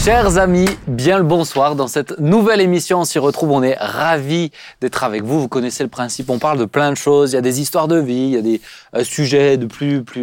Chers amis, bien le bonsoir. Dans cette nouvelle émission, on s'y retrouve. On est ravis d'être avec vous. Vous connaissez le principe. On parle de plein de choses. Il y a des histoires de vie, il y a des sujets de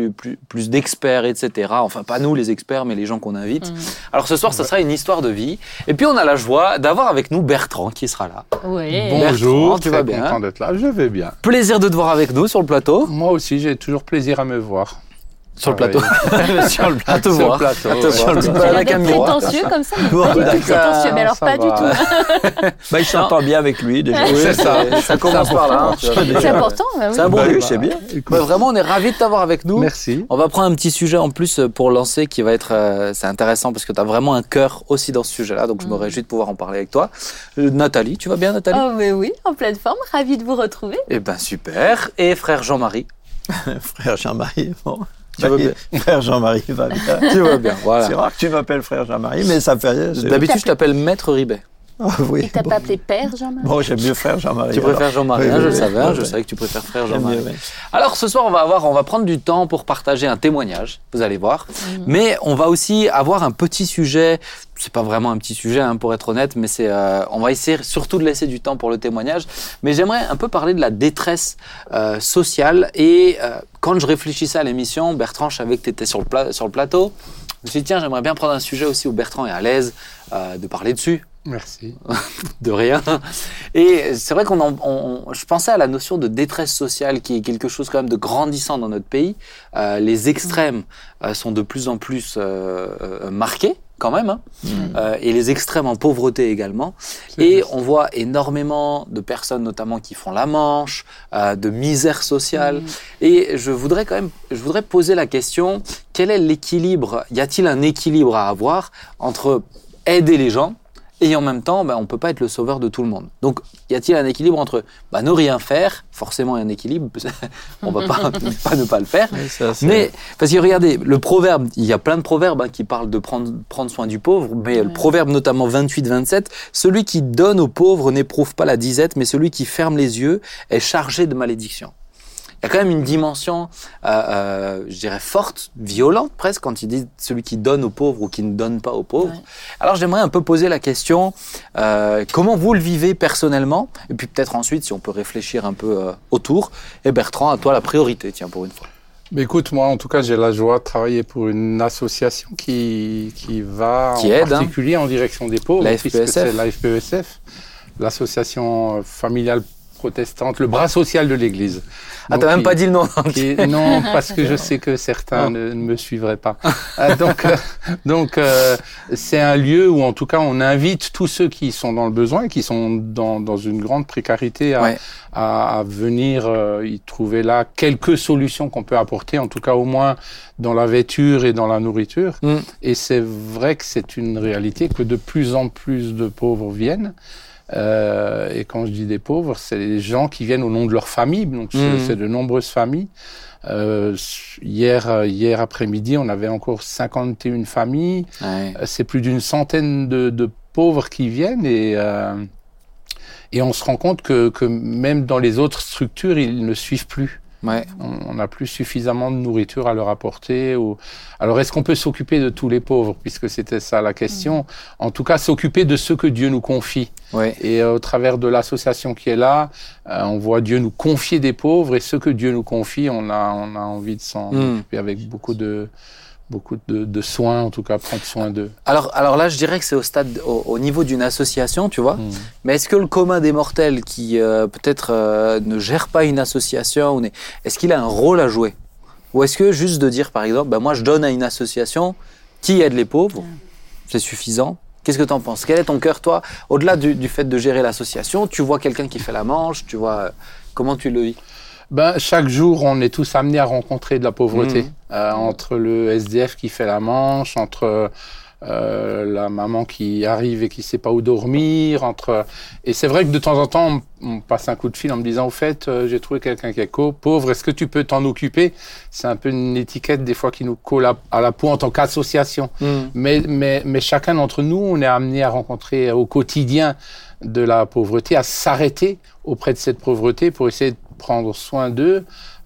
plus d'experts, etc. Enfin, pas nous les experts, mais les gens qu'on invite. Alors ce soir, ça sera une histoire de vie. Et puis on a la joie d'avoir avec nous Bertrand qui sera là. Oui. Bonjour, Bertrand, tu vas bien? Content d'être là. Je vais bien. Plaisir de te voir avec nous sur le plateau. Moi aussi, j'ai toujours plaisir à me voir. Sur le plateau. Sur le plateau. À te voir. Plateau, À te voir. ouais. Tu Il peux a aller l'air à d'être Camille. prétentieux comme ça. Bon, Il est d'accord. prétentieux, mais alors Ça pas va. du tout. Bah, il s'entend bien avec lui déjà. Oui, C'est ça. Ça commence par là. Tu vois. C'est important. Bah oui. C'est un bon Bah oui, début. c'est bien. Ouais, vraiment, on est ravis de t'avoir avec nous. Merci. On va prendre un petit sujet en plus pour lancer qui va être... c'est intéressant parce que tu as vraiment un cœur aussi dans ce sujet-là. Donc, je me réjouis de pouvoir en parler avec toi. Nathalie, tu vas bien, Nathalie? Oh, mais oui, en pleine forme. Ravie de vous retrouver. Eh ben super. Et frère Jean-Marie? Frère Jean-Marie, bon. Tu vas bien? Frère Jean-Marie va bien. Tu vas bien, voilà. C'est rare que tu m'appelles frère Jean-Marie, mais ça fait rien. D'habitude, je t'appelle Maître Ribet. Oh, oui. Il t'a Bon. pas appelé père, Jean-Marie? Bon, j'aime mieux frère Jean-Marie. Tu préfères alors. Jean-Marie, Oui, hein, oui, je le oui. savais, Ouais, je ouais. savais que tu préfères frère J'aime Jean-Marie. mieux, ouais. Alors ce soir, on va prendre du temps pour partager un témoignage, vous allez voir. Mais on va aussi avoir un petit sujet, c'est pas vraiment un petit sujet hein, pour être honnête, mais on va essayer surtout de laisser du temps pour le témoignage. Mais j'aimerais un peu parler de la détresse sociale. Et quand je réfléchissais à l'émission, Bertrand, je savais que tu étais sur le plateau. Je me suis dit, tiens, j'aimerais bien prendre un sujet aussi où Bertrand est à l'aise de parler dessus. Merci. De rien. Et c'est vrai je pensais à la notion de détresse sociale qui est quelque chose quand même de grandissant dans notre pays. Les extrêmes sont de plus en plus marqués quand même, hein. Et les extrêmes en pauvreté également. Et on voit énormément de personnes notamment qui font la manche, de misère sociale. Et je voudrais poser la question, quel est l'équilibre? Y a-t-il un équilibre à avoir entre aider les gens et en même temps, on ne peut pas être le sauveur de tout le monde. Donc, y a-t-il un équilibre entre ne rien faire? Forcément, il y a un équilibre. On ne va pas ne pas le faire. Oui, ça, c'est- Mais, parce que regardez, le proverbe, il y a plein de proverbes qui parlent de prendre soin du pauvre, mais le proverbe notamment 28-27, celui qui donne aux pauvres n'éprouve pas la disette, mais celui qui ferme les yeux est chargé de malédiction. Il y a quand même une dimension, je dirais, forte, violente presque, quand il dit celui qui donne aux pauvres ou qui ne donne pas aux pauvres. Ouais. Alors j'aimerais un peu poser la question, comment vous le vivez personnellement? Et puis peut-être ensuite, si on peut réfléchir un peu autour. Et Bertrand, à toi la priorité, tiens, pour une fois. Mais écoute, moi, en tout cas, j'ai la joie de travailler pour une association qui va Qui en aide, particulier en direction des pauvres. La puisque FPESF. c'est la FPESF, l'association familiale protestante, le bras social de l'Église. Ah, t'as même pas dit le nom. Non, parce que je sais que certains ne me suivraient pas. Donc, c'est un lieu où, en tout cas, on invite tous ceux qui sont dans le besoin et qui sont dans une grande précarité à venir y trouver là quelques solutions qu'on peut apporter, en tout cas au moins dans la vêture et dans la nourriture. Et c'est vrai que c'est une réalité que de plus en plus de pauvres viennent. Et quand je dis des pauvres, c'est les gens qui viennent au nom de leur famille, donc c'est de nombreuses familles. Hier après-midi, on avait encore 51 familles. Ouais. C'est plus d'une centaine de pauvres qui viennent et on se rend compte que même dans les autres structures, ils ne suivent plus. Ouais. On n'a plus suffisamment de nourriture à leur apporter. Alors, est-ce qu'on peut s'occuper de tous les pauvres, puisque c'était ça la question? En tout cas, s'occuper de ceux que Dieu nous confie. Ouais. Et au travers de l'association qui est là, on voit Dieu nous confier des pauvres, et ceux que Dieu nous confie, on a envie de s'en occuper avec beaucoup de soins, en tout cas, prendre soin d'eux. Alors là, je dirais que c'est au niveau d'une association, tu vois. Mais est-ce que le commun des mortels qui peut-être ne gère pas une association, est-ce qu'il a un rôle à jouer? Ou est-ce que juste de dire, par exemple, moi je donne à une association qui aide les pauvres, c'est suffisant? Qu'est-ce que tu en penses? Quel est ton cœur, toi? Au-delà du fait de gérer l'association, tu vois quelqu'un qui fait la manche, tu vois comment tu le vis? Chaque jour, on est tous amenés à rencontrer de la pauvreté. Entre le SDF qui fait la manche, entre la maman qui arrive et qui sait pas où dormir, et c'est vrai que de temps en temps, on passe un coup de fil en me disant, au fait, j'ai trouvé quelqu'un qui est pauvre, est-ce que tu peux t'en occuper? C'est un peu une étiquette des fois qui nous colle à la peau en tant qu'association. Mais chacun d'entre nous, on est amené à rencontrer au quotidien de la pauvreté, à s'arrêter auprès de cette pauvreté pour essayer de prendre soin d'eux,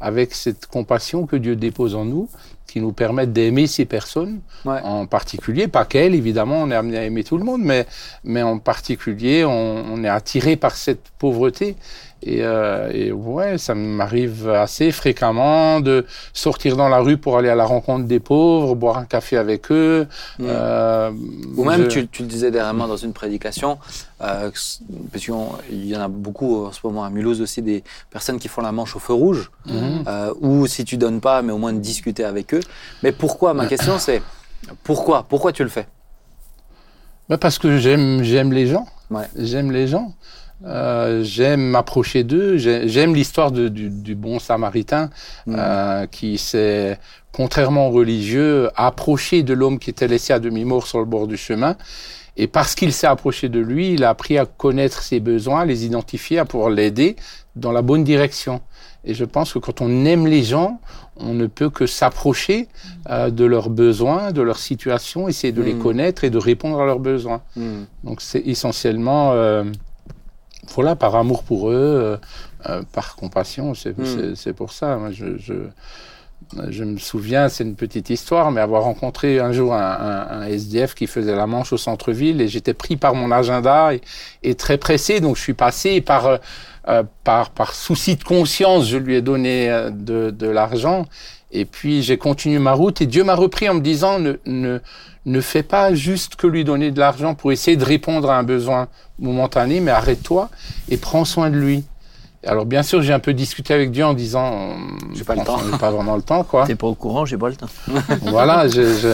avec cette compassion que Dieu dépose en nous, qui nous permettent d'aimer ces personnes, en particulier, pas qu'elles, évidemment, on est amené à aimer tout le monde, mais en particulier, on est attiré par cette pauvreté. Et ouais, ça m'arrive assez fréquemment de sortir dans la rue pour aller à la rencontre des pauvres, boire un café avec eux. Ou même, tu le disais dernièrement dans une prédication, parce qu'il y en a beaucoup en ce moment à Mulhouse aussi, des personnes qui font la manche au feu rouge, ou si tu donnes pas, mais au moins de discuter avec eux. Mais pourquoi, ma question c'est, pourquoi tu le fais? Parce que j'aime les gens. Ouais. J'aime les gens. J'aime m'approcher d'eux. J'aime l'histoire du bon Samaritain qui s'est, contrairement aux religieux, approché de l'homme qui était laissé à demi-mort sur le bord du chemin. Et parce qu'il s'est approché de lui, il a appris à connaître ses besoins, à les identifier, à pouvoir l'aider dans la bonne direction. Et je pense que quand on aime les gens, on ne peut que s'approcher de leurs besoins, de leur situation, essayer de les connaître et de répondre à leurs besoins. Donc c'est essentiellement, voilà, par amour pour eux, par compassion, c'est pour ça. Moi, je me souviens, c'est une petite histoire, mais avoir rencontré un jour un SDF qui faisait la manche au centre-ville et j'étais pris par mon agenda et très pressé, donc je suis passé et par souci de conscience, je lui ai donné de l'argent et puis j'ai continué ma route et Dieu m'a repris en me disant ne fais pas juste que lui donner de l'argent pour essayer de répondre à un besoin momentané, mais arrête-toi et prends soin de lui. Alors bien sûr, j'ai un peu discuté avec Dieu en disant j'ai pas le temps. J'ai pas vraiment le temps, quoi. T'es pas au courant, j'ai pas le temps. Voilà,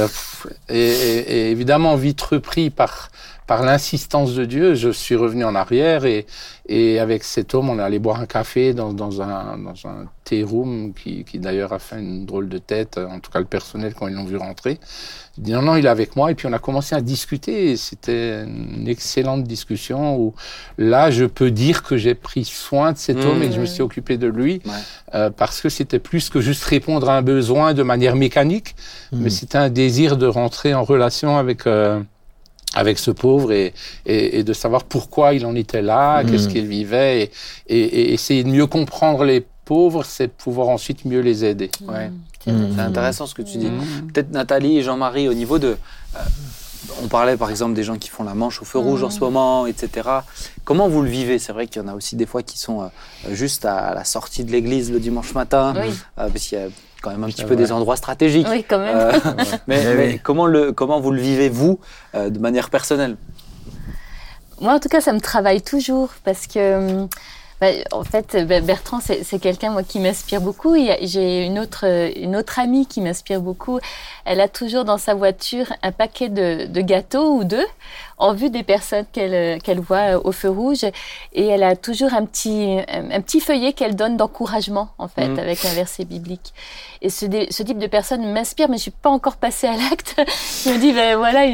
et évidemment vite repris par l'insistance de Dieu, je suis revenu en arrière et avec cet homme, on est allé boire un café dans un tea room qui d'ailleurs a fait une drôle de tête, en tout cas le personnel quand ils l'ont vu rentrer. Il dit non, il est avec moi et puis on a commencé à discuter et c'était une excellente discussion où là, je peux dire que j'ai pris soin de cet homme et que je me suis occupé de lui parce que c'était plus que juste répondre à un besoin de manière mécanique, mais c'était un désir de rentrer en relation avec ce pauvre et de savoir pourquoi il en était là, qu'est-ce qu'il vivait et essayer de mieux comprendre les pauvres, c'est pouvoir ensuite mieux les aider. Ouais. C'est intéressant ce que tu dis. Peut-être Nathalie et Jean-Marie, au niveau de... on parlait par exemple des gens qui font la manche au feu rouge en ce moment, etc. Comment vous le vivez? C'est vrai qu'il y en a aussi des fois qui sont juste à la sortie de l'église le dimanche matin, parce qu'il y a quand même un petit peu des endroits stratégiques. Oui, quand même. Mais comment vous le vivez, vous, de manière personnelle? Moi, en tout cas, ça me travaille toujours parce que... en fait, Bertrand, c'est quelqu'un moi qui m'inspire beaucoup. J'ai une autre amie qui m'inspire beaucoup. Elle a toujours dans sa voiture un paquet de gâteaux ou deux en vue des personnes qu'elle voit au feu rouge. Et elle a toujours un petit feuillet qu'elle donne d'encouragement, en fait, avec un verset biblique. Et ce type de personne m'inspire, mais je suis pas encore passée à l'acte. Je me dis, voilà,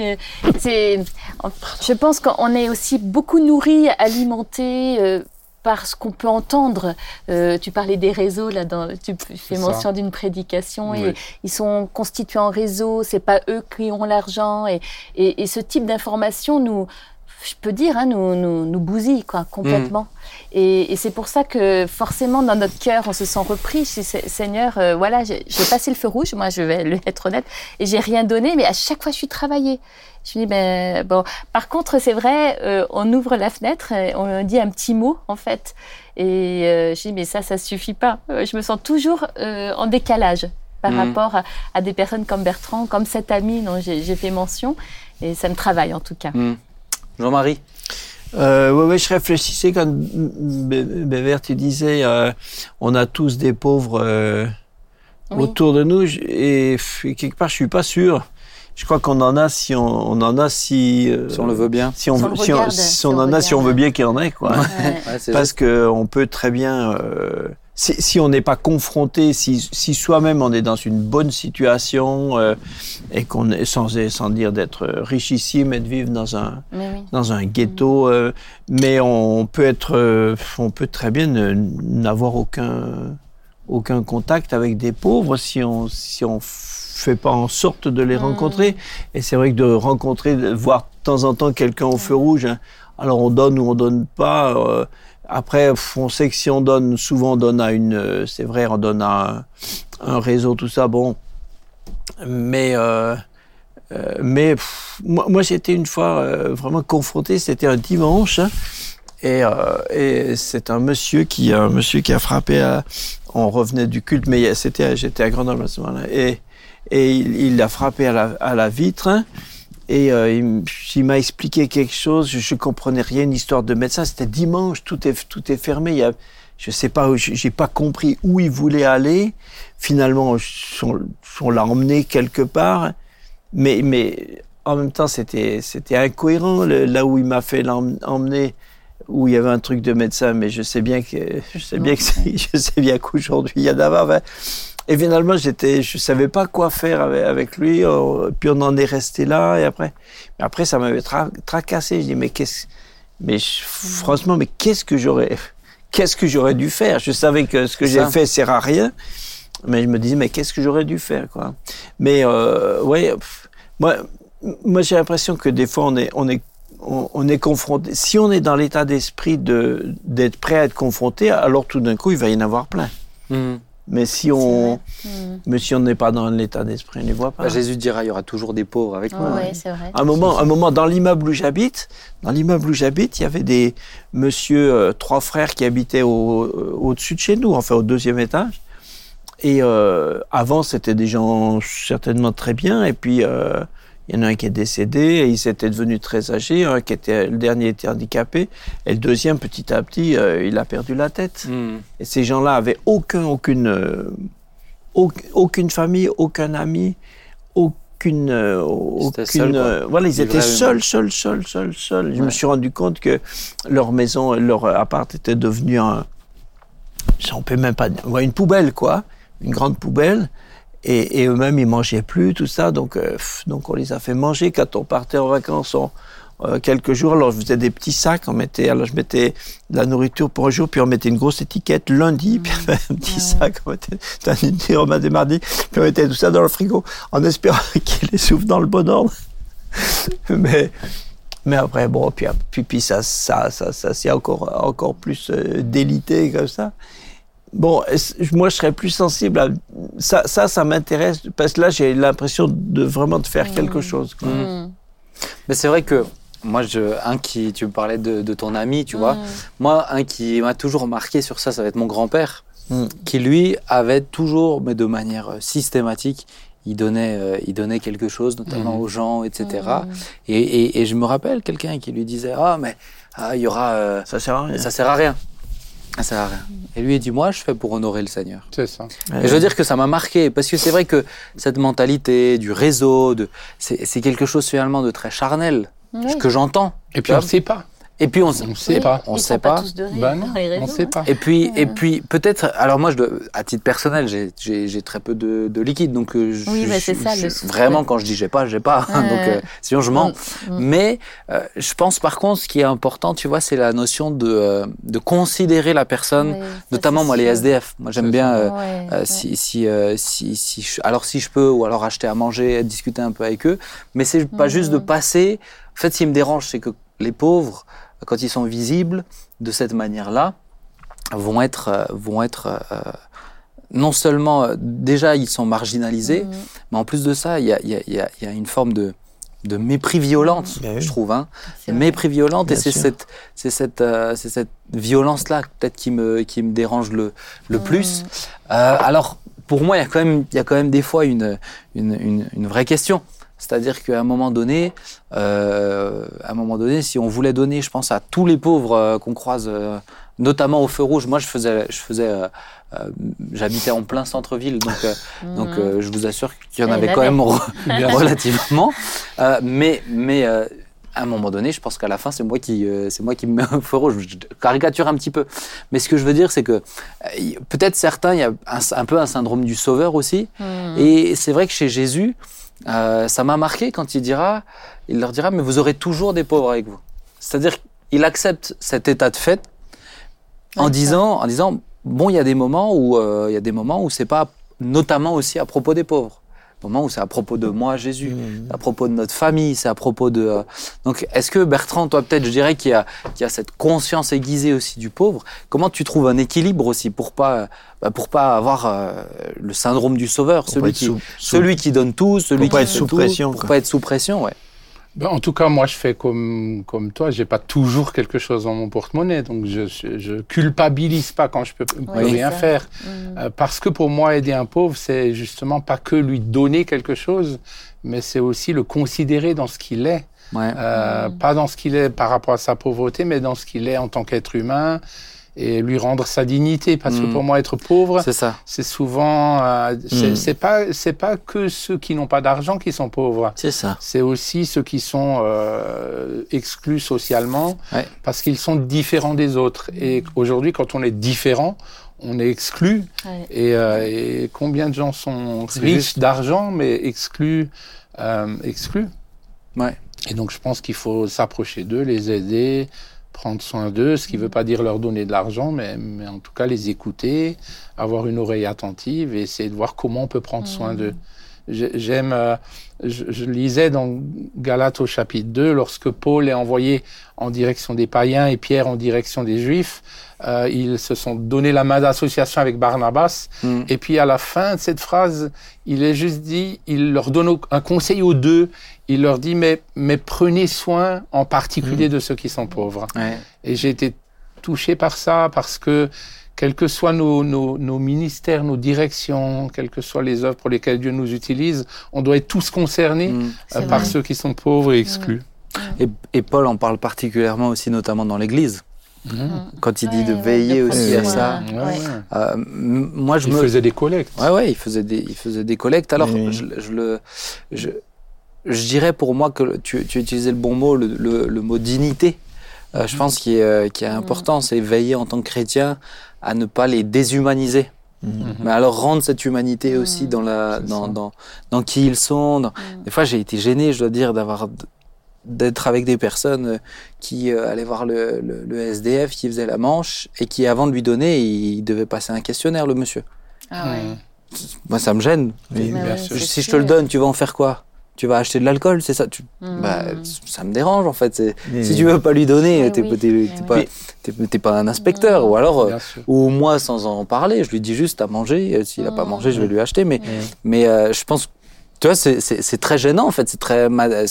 je pense qu'on est aussi beaucoup nourri, alimenté, par ce qu'on peut entendre. Tu parlais des réseaux, là, tu fais mention d'une prédication, et ils sont constitués en réseau, c'est pas eux qui ont l'argent, et ce type d'information je peux dire, nous bousille, quoi, complètement. Et c'est pour ça que, forcément, dans notre cœur, on se sent repris. Je dis, Seigneur, voilà, j'ai passé le feu rouge, moi, je vais être honnête, et j'ai rien donné, mais à chaque fois, je suis travaillée. Je me dis, bon. Par contre, c'est vrai, on ouvre la fenêtre, et on dit un petit mot, en fait. Et je dis, mais ça suffit pas. Je me sens toujours en décalage par rapport à des personnes comme Bertrand, comme cet ami dont j'ai fait mention. Et ça me travaille, en tout cas. Jean-Marie? Oui, je réfléchissais quand Bévert, tu disais, on a tous des pauvres autour de nous, et quelque part, je suis pas sûr. Je crois qu'on en a si on le veut bien. Si on veut bien qu'il y en ait, quoi. Parce que on peut très bien, si on n'est pas confronté, si soi-même on est dans une bonne situation et qu'on est sans dire d'être richissime et de vivre dans un ghetto, mais on peut très bien n'avoir aucun contact avec des pauvres si on fait pas en sorte de les rencontrer. Et c'est vrai que de voir de temps en temps quelqu'un au feu rouge, alors on donne ou on donne pas, Après, on sait que si on donne, souvent on donne à c'est vrai, on donne à un réseau, tout ça, bon. Mais moi j'étais une fois vraiment confronté, c'était un dimanche, hein, et c'est un monsieur qui a frappé on revenait du culte, mais j'étais à Grenoble à ce moment-là, et il a frappé à la vitre, hein, et il m'a expliqué quelque chose, je comprenais rien, une histoire de médecin, c'était dimanche, tout est fermé, je sais pas, j'ai pas compris où il voulait aller. Finalement, on l'a emmené quelque part, mais en même temps, c'était incohérent là où il m'a fait l'emmener, où il y avait un truc de médecin, mais je sais bien qu'aujourd'hui il y a d'avant. Et finalement, je savais pas quoi faire avec lui. Puis on en est resté là. Et après, ça m'avait tracassé. Je dis franchement, qu'est-ce que j'aurais dû faire? Je savais que ce que j'ai fait sert à rien, mais je me disais, mais qu'est-ce que j'aurais dû faire, quoi? Mais ouais, moi j'ai l'impression que des fois on est confronté. Si on est dans l'état d'esprit d'être prêt à être confronté, alors tout d'un coup il va y en avoir plein. Mais si on n'est pas dans l'état d'esprit, on ne les voit pas. Jésus dira, il y aura toujours des pauvres avec moi. Oui, c'est vrai. Un moment, dans l'immeuble où j'habite, il y avait des monsieur, 3 frères qui habitaient au-dessus de chez nous, enfin au 2e étage. Et avant, c'était des gens certainement très bien. Et puis, il y en a un qui est décédé, et ils étaient devenus très âgés. Le dernier était handicapé, et le deuxième, petit à petit, il a perdu la tête. Et ces gens-là avaient aucune famille, aucun ami, voilà, ils étaient seuls. Je me suis rendu compte que leur maison, leur appart était devenu on peut même pas, une poubelle, quoi, une grande poubelle. Et eux-mêmes, ils mangeaient plus, tout ça. Donc on les a fait manger. Quand on partait en vacances, quelques jours, alors je faisais des petits sacs. Je mettais de la nourriture pour un jour, puis on mettait une grosse étiquette lundi, puis on mettait un petit sac, on mettait mardi, puis on mettait tout ça dans le frigo, en espérant qu'il les souffle dans le bon ordre. Mais après, bon, puis ça s'est encore plus délité comme ça. Bon, moi, je serais plus sensible à ça m'intéresse, parce que là, j'ai l'impression de vraiment de faire quelque chose, quoi. Mais c'est vrai que moi, tu me parlais de ton ami, tu vois. Moi, un qui m'a toujours marqué sur ça va être mon grand-père, qui lui avait toujours, mais de manière systématique, il donnait quelque chose, notamment aux gens, etc. Et je me rappelle quelqu'un qui lui disait, il y aura, ça sert à rien. Ça sert à rien. Ça sert à rien. Et lui, il dit, moi, je fais pour honorer le Seigneur. C'est ça. Et je veux dire que ça m'a marqué, parce que c'est vrai que cette mentalité du réseau, c'est quelque chose finalement de très charnel, que j'entends. Et puis on ne sait pas. Et puis on ne sait pas. On sait pas. On sait pas. Et puis peut-être. Alors moi, à titre personnel, j'ai très peu de liquide, donc c'est ça. Vraiment, quand je dis j'ai pas. Donc sinon je mens. Mais je pense par contre, ce qui est important, tu vois, c'est la notion de considérer la personne, notamment moi les SDF. Moi j'aime bien si je peux, ou alors acheter à manger, discuter un peu avec eux. Mais c'est pas juste de passer. En fait, ce qui me dérange, c'est que les pauvres, quand ils sont visibles de cette manière-là, vont être non seulement déjà ils sont marginalisés, mais en plus de ça, il y a une forme de mépris violente, je trouve, mépris violente, et c'est cette violence-là peut-être qui me dérange le plus. Alors pour moi, il y a quand même des fois une vraie question. C'est-à-dire qu'à un moment donné, si on voulait donner, je pense, à tous les pauvres qu'on croise, notamment au feu rouge. Moi, j'habitais en plein centre-ville, donc je vous assure qu'il y en avait quand même relativement. Mais à un moment donné, je pense qu'à la fin, c'est moi qui me mets au feu rouge. Je caricature un petit peu. Mais ce que je veux dire, c'est que peut-être certains, il y a un peu un syndrome du sauveur aussi. Et c'est vrai que chez Jésus, ça m'a marqué quand il leur dira, mais vous aurez toujours des pauvres avec vous. C'est-à-dire qu'il accepte cet état de fait en disant, bon, il y a des moments où c'est pas, notamment aussi à propos des pauvres. moment où c'est à propos de moi, Jésus, à propos de notre famille, c'est à propos de... Donc, est-ce que Bertrand, toi peut-être, je dirais qu'il y a cette conscience aiguisée aussi du pauvre. Comment tu trouves un équilibre aussi pour pas avoir le syndrome du sauveur, celui qui donne tout, celui qui fait tout, pour pas être sous pression, ouais. Ben, en tout cas, moi, je fais comme toi. J'ai pas toujours quelque chose dans mon porte-monnaie, donc je culpabilise pas quand je peux rien faire, parce que pour moi, aider un pauvre, c'est justement pas que lui donner quelque chose, mais c'est aussi le considérer dans ce qu'il est, pas dans ce qu'il est par rapport à sa pauvreté, mais dans ce qu'il est en tant qu'être humain. Et lui rendre sa dignité, parce que pour moi être pauvre, c'est souvent c'est pas que ceux qui n'ont pas d'argent qui sont pauvres. C'est ça. C'est aussi ceux qui sont exclus socialement parce qu'ils sont différents des autres. Et aujourd'hui, quand on est différent, on est exclu. Et combien de gens sont riches d'argent mais exclus. Et donc je pense qu'il faut s'approcher d'eux, les aider, prendre soin d'eux, ce qui ne veut pas dire leur donner de l'argent, mais en tout cas les écouter, avoir une oreille attentive et essayer de voir comment on peut prendre soin d'eux. Je lisais dans Galates au chapitre 2, lorsque Paul est envoyé en direction des païens et Pierre en direction des Juifs, ils se sont donné la main d'association avec Barnabas, et puis à la fin de cette phrase, il est juste dit, il leur donne un conseil aux deux, il leur dit mais prenez soin en particulier de ceux qui sont pauvres. Et j'ai été touché par ça, parce que quels que soient nos ministères, nos directions, quelles que soient les œuvres pour lesquelles Dieu nous utilise, on doit être tous concernés par ceux qui sont pauvres et exclus. Et Paul en parle particulièrement aussi, notamment dans l'Église. Quand il dit de veiller aussi à ça. Moi, il faisait des collectes. Il faisait des collectes. Alors, je dirais pour moi que tu utilisais le bon mot, le mot dignité. Je pense qu'il est important, c'est veiller en tant que chrétien à ne pas les déshumaniser. Mais alors rendre cette humanité aussi dans qui ils sont. Des fois, j'ai été gêné, je dois dire, d'être avec des personnes qui allaient voir le SDF qui faisait la manche et qui, avant de lui donner, il devait passer un questionnaire, le monsieur. Moi, ça me gêne. Si je te le donne, tu vas en faire quoi ? Tu vas acheter de l'alcool, c'est ça ça me dérange, en fait. Si tu veux pas lui donner, t'es pas un inspecteur. Ou alors, ou moi, sans en parler, je lui dis juste à manger. S'il a pas mangé, je vais lui acheter. Mais je pense, tu vois, c'est très gênant, en fait. C'est très,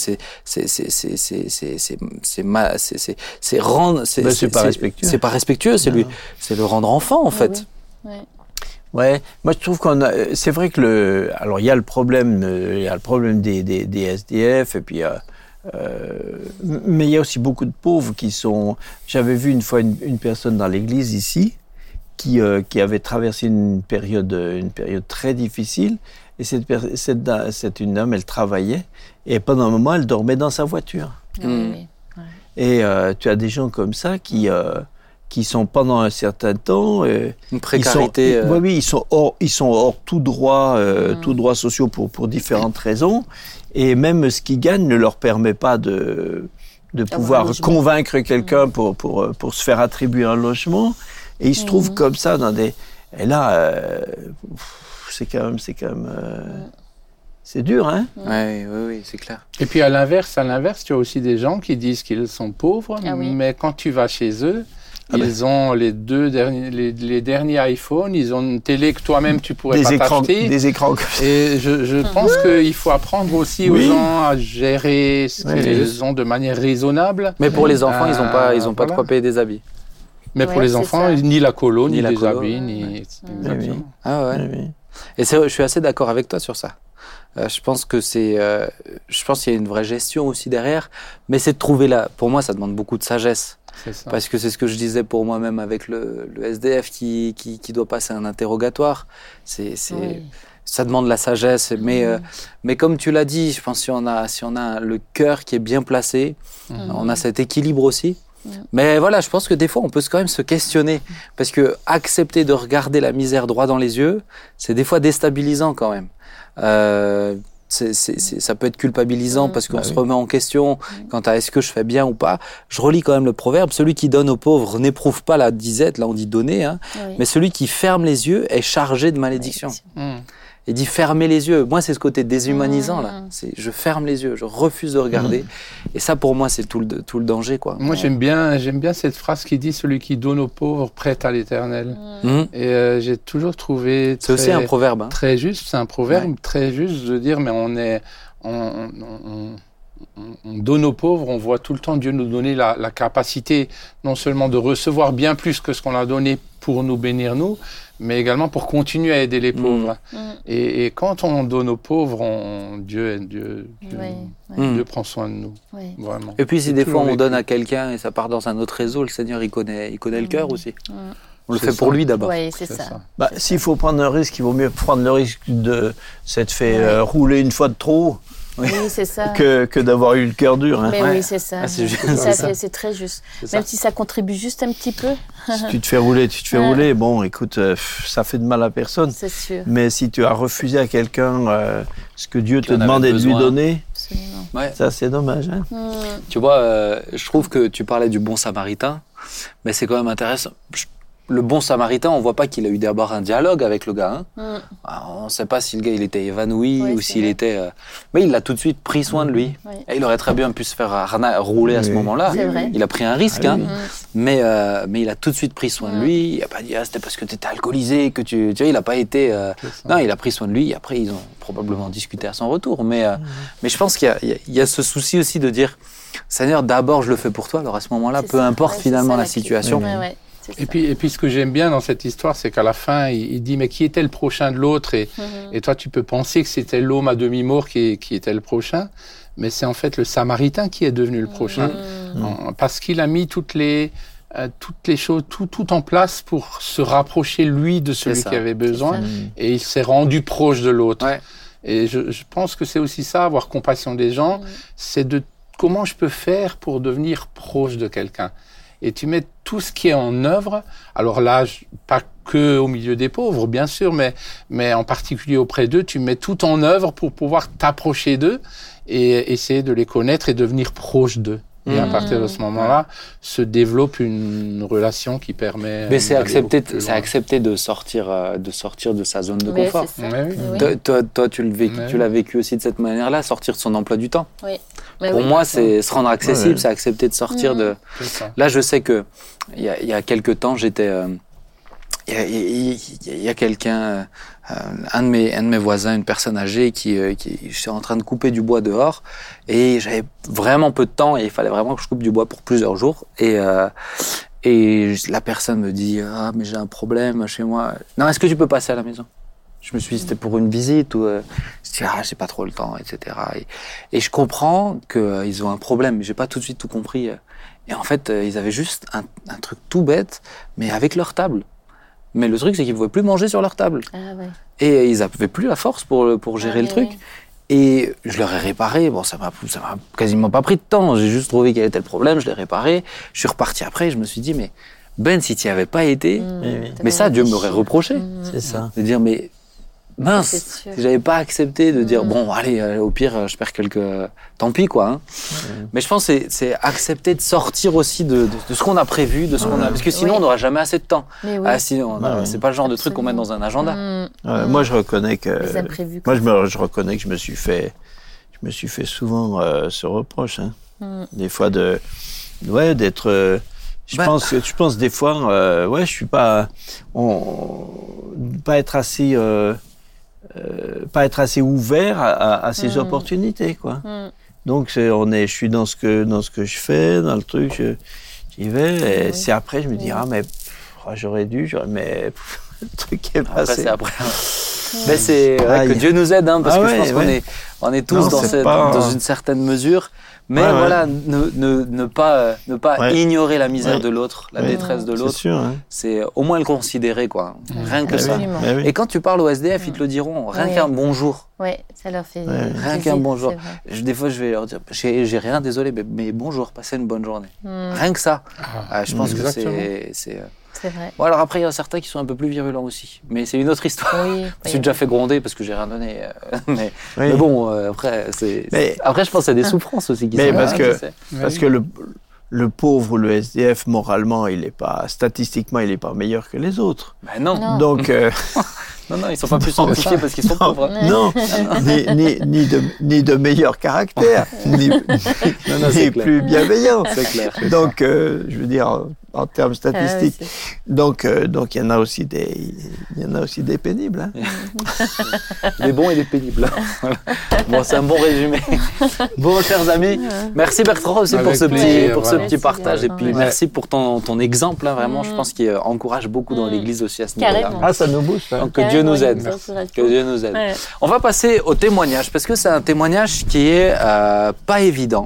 c'est pas respectueux. C'est pas respectueux. C'est le rendre enfant, en fait. Ouais, moi je trouve c'est vrai que alors il y a le problème des SDF, et puis mais il y a aussi beaucoup de pauvres qui sont. J'avais vu une fois une personne dans l'église ici qui avait traversé une période très difficile, et c'est une dame, elle travaillait, et pendant un moment elle dormait dans sa voiture. Et tu as des gens comme ça qui sont pendant un certain temps, une précarité. Ils sont hors tout droit sociaux pour différentes raisons, et même ce qu'ils gagnent ne leur permet pas de pouvoir convaincre quelqu'un pour se faire attribuer un logement, et ils se trouvent comme ça et là c'est quand même c'est dur, hein? Oui, c'est clair. Et puis à l'inverse, tu as aussi des gens qui disent qu'ils sont pauvres, mais quand tu vas chez eux, ils ont les derniers iPhones, ils ont une télé que toi-même tu pourrais pas t'acheter. Des écrans comme ça. Et je pense qu'il faut apprendre aussi aux gens à gérer ce qu'ils ont de manière raisonnable. Mais pour les enfants, ils ont pas de quoi payer des habits. Mais pour les enfants, ni la colo, ni les habits, ni... Exactement. Et je suis assez d'accord avec toi sur ça. Je pense qu'il y a une vraie gestion aussi derrière, mais c'est de trouver pour moi, ça demande beaucoup de sagesse. Parce que c'est ce que je disais pour moi-même avec le SDF qui doit passer un interrogatoire. Ça demande la sagesse, mais comme tu l'as dit, je pense si on a le cœur qui est bien placé, on a cet équilibre aussi. Mais voilà, je pense que des fois, on peut quand même se questionner, parce que accepter de regarder la misère droit dans les yeux, c'est des fois déstabilisant quand même. Ça peut être culpabilisant parce qu'on se remet en question quant à est-ce que je fais bien ou pas. Je relis quand même le proverbe, celui qui donne aux pauvres n'éprouve pas la disette, là on dit donner, mais celui qui ferme les yeux est chargé de malédiction. Il dit fermez les yeux. Moi, c'est ce côté déshumanisant là. Je ferme les yeux, je refuse de regarder. Et ça, pour moi, c'est tout le danger, quoi. Moi, j'aime bien cette phrase qui dit celui qui donne aux pauvres prête à l'Éternel. Et j'ai toujours trouvé c'est aussi un proverbe. Hein. Très juste. C'est un proverbe très juste de dire, mais on donne aux pauvres. On voit tout le temps Dieu nous donner la capacité non seulement de recevoir bien plus que ce qu'on a donné pour nous bénir nous, mais également pour continuer à aider les pauvres. Et quand on donne aux pauvres, Dieu prend soin de nous. Vraiment. Et puis si des fois on donne à quelqu'un et ça part dans un autre réseau, le Seigneur il connaît le cœur aussi. On le fait pour lui d'abord. Oui, c'est ça. S'il faut prendre un risque, il vaut mieux prendre le risque de s'être fait rouler une fois de trop. Oui, c'est ça. Que d'avoir eu le cœur dur. Hein. Mais oui, c'est ça. C'est très juste. Même si ça contribue juste un petit peu. Si tu te fais rouler, bon, écoute, ça fait de mal à personne. C'est sûr. Mais si tu as refusé à quelqu'un ce que Dieu te demandait de lui donner, ça c'est dommage. Hein. Tu vois, je trouve que tu parlais du bon samaritain, mais c'est quand même intéressant. Le bon samaritain, on voit pas qu'il a eu d'abord un dialogue avec le gars. Hein. On ne sait pas si le gars il était évanoui ou s'il était... Mais il a tout de suite pris soin de lui. Et il aurait très bien pu se faire rouler à ce moment-là. Il a pris un risque. Mais il a tout de suite pris soin de lui. Il n'a pas dit c'était parce que tu étais alcoolisé que tu vois, il n'a pas été... Non, il a pris soin de lui. Après, ils ont probablement discuté à son retour. Mais je pense qu'il y a ce souci aussi de dire Seigneur, d'abord je le fais pour toi. Alors à ce moment-là, peu importe finalement la situation. Et puis ce que j'aime bien dans cette histoire, c'est qu'à la fin, il dit mais qui était le prochain de l'autre et toi tu peux penser que c'était l'homme à demi-mort qui était le prochain, mais c'est en fait le Samaritain qui est devenu le prochain parce qu'il a mis toutes les choses tout en place pour se rapprocher lui de celui qui avait besoin et il s'est rendu proche de l'autre. Et je pense que c'est aussi ça, avoir compassion des gens, c'est de comment je peux faire pour devenir proche de quelqu'un. Et tu mets tout ce qui est en œuvre, alors là, pas que au milieu des pauvres, bien sûr, mais en particulier auprès d'eux, tu mets tout en œuvre pour pouvoir t'approcher d'eux et essayer de les connaître et devenir proche d'eux. Et à partir de ce moment-là, se développe une relation qui permet... Mais c'est accepter de sortir de sa zone de confort. Toi, tu l'as vécu aussi de cette manière-là, sortir de son emploi du temps. Pour moi, c'est se rendre accessible, c'est accepter de sortir de... Là, je sais que il y a quelques temps, j'étais... Il y a quelqu'un, un de mes voisins, une personne âgée j'étais en train de couper du bois dehors et j'avais vraiment peu de temps et il fallait vraiment que je coupe du bois pour plusieurs jours et la personne me dit mais j'ai un problème chez moi. Non, est-ce que tu peux passer à la maison? Je me suis dit c'était pour une visite ou je dis j'ai pas trop le temps, etc. Et je comprends qu'ils ont un problème, mais j'ai pas tout de suite tout compris. Et en fait, ils avaient juste un truc tout bête, mais avec leur table. Mais le truc, c'est qu'ils ne pouvaient plus manger sur leur table. Et ils n'avaient plus la force pour gérer le truc. Et je leur ai réparé. Bon, ça m'a quasiment pas pris de temps. J'ai juste trouvé quel était le problème. Je l'ai réparé. Je suis reparti après. Je me suis dit, mais Ben, si tu n'y avais pas été, mais ça, Dieu m'aurait reproché. C'est ça. De dire, mais mince, si j'avais pas accepté de dire, bon, allez, au pire, je perds quelques... Tant pis, quoi. Hein. Mais je pense que c'est accepter de sortir aussi de ce qu'on a prévu, de ce qu'on a... Parce que sinon, on n'aura jamais assez de temps. Sinon, c'est pas le genre de truc qu'on met dans un agenda. Moi, je reconnais que... je reconnais que je me suis fait souvent ce reproche. Hein. Des fois, d'être... Je pense des fois, je suis pas... pas être assez ouvert à ces opportunités, quoi. Donc je suis dans ce que je fais, dans le truc, j'y vais. Et c'est après je me dis j'aurais dû, mais le truc est passé. C'est après. Mais c'est vrai que Dieu nous aide, hein, parce que je pense qu'on est tous dans une certaine mesure. Mais voilà, ne pas ignorer la misère de l'autre, la détresse de l'autre. C'est au moins le considérer, quoi. Rien que ça. Et quand tu parles au SDF, ils te le diront. Rien qu'un bonjour. Ça leur fait. Rien qu'un bonjour. Des fois, je vais leur dire, j'ai rien, désolé, mais bonjour, passez une bonne journée. Rien que ça. Je pense que c'est vrai. Bon, alors après, il y en a certains qui sont un peu plus virulents aussi. Mais c'est une autre histoire. Je me suis déjà fait gronder parce que j'ai rien donné. Mais bon, après, je pense que c'est des souffrances aussi qui sont parce que le pauvre ou le SDF, moralement, statistiquement, il n'est pas meilleur que les autres. Ben non. Donc, non, ils ne sont pas plus sanctifiés parce qu'ils sont pauvres. Non, ni de meilleur caractère, ni plus bienveillants. C'est clair. Donc, je veux dire, en termes statistiques. Donc, il y en a aussi des pénibles. Hein. Des bons et des pénibles. Voilà. Bon, c'est un bon résumé. Bon, chers amis, merci Bertrand aussi pour ce petit partage. Et puis, merci pour ton exemple, hein, vraiment, je pense qu'il encourage beaucoup dans l'Église aussi à ce niveau-là. Ah, ça nous bouge. Hein. Donc, que Dieu nous aide. Que Dieu nous aide. Ouais. On va passer au témoignage, parce que c'est un témoignage qui est pas évident.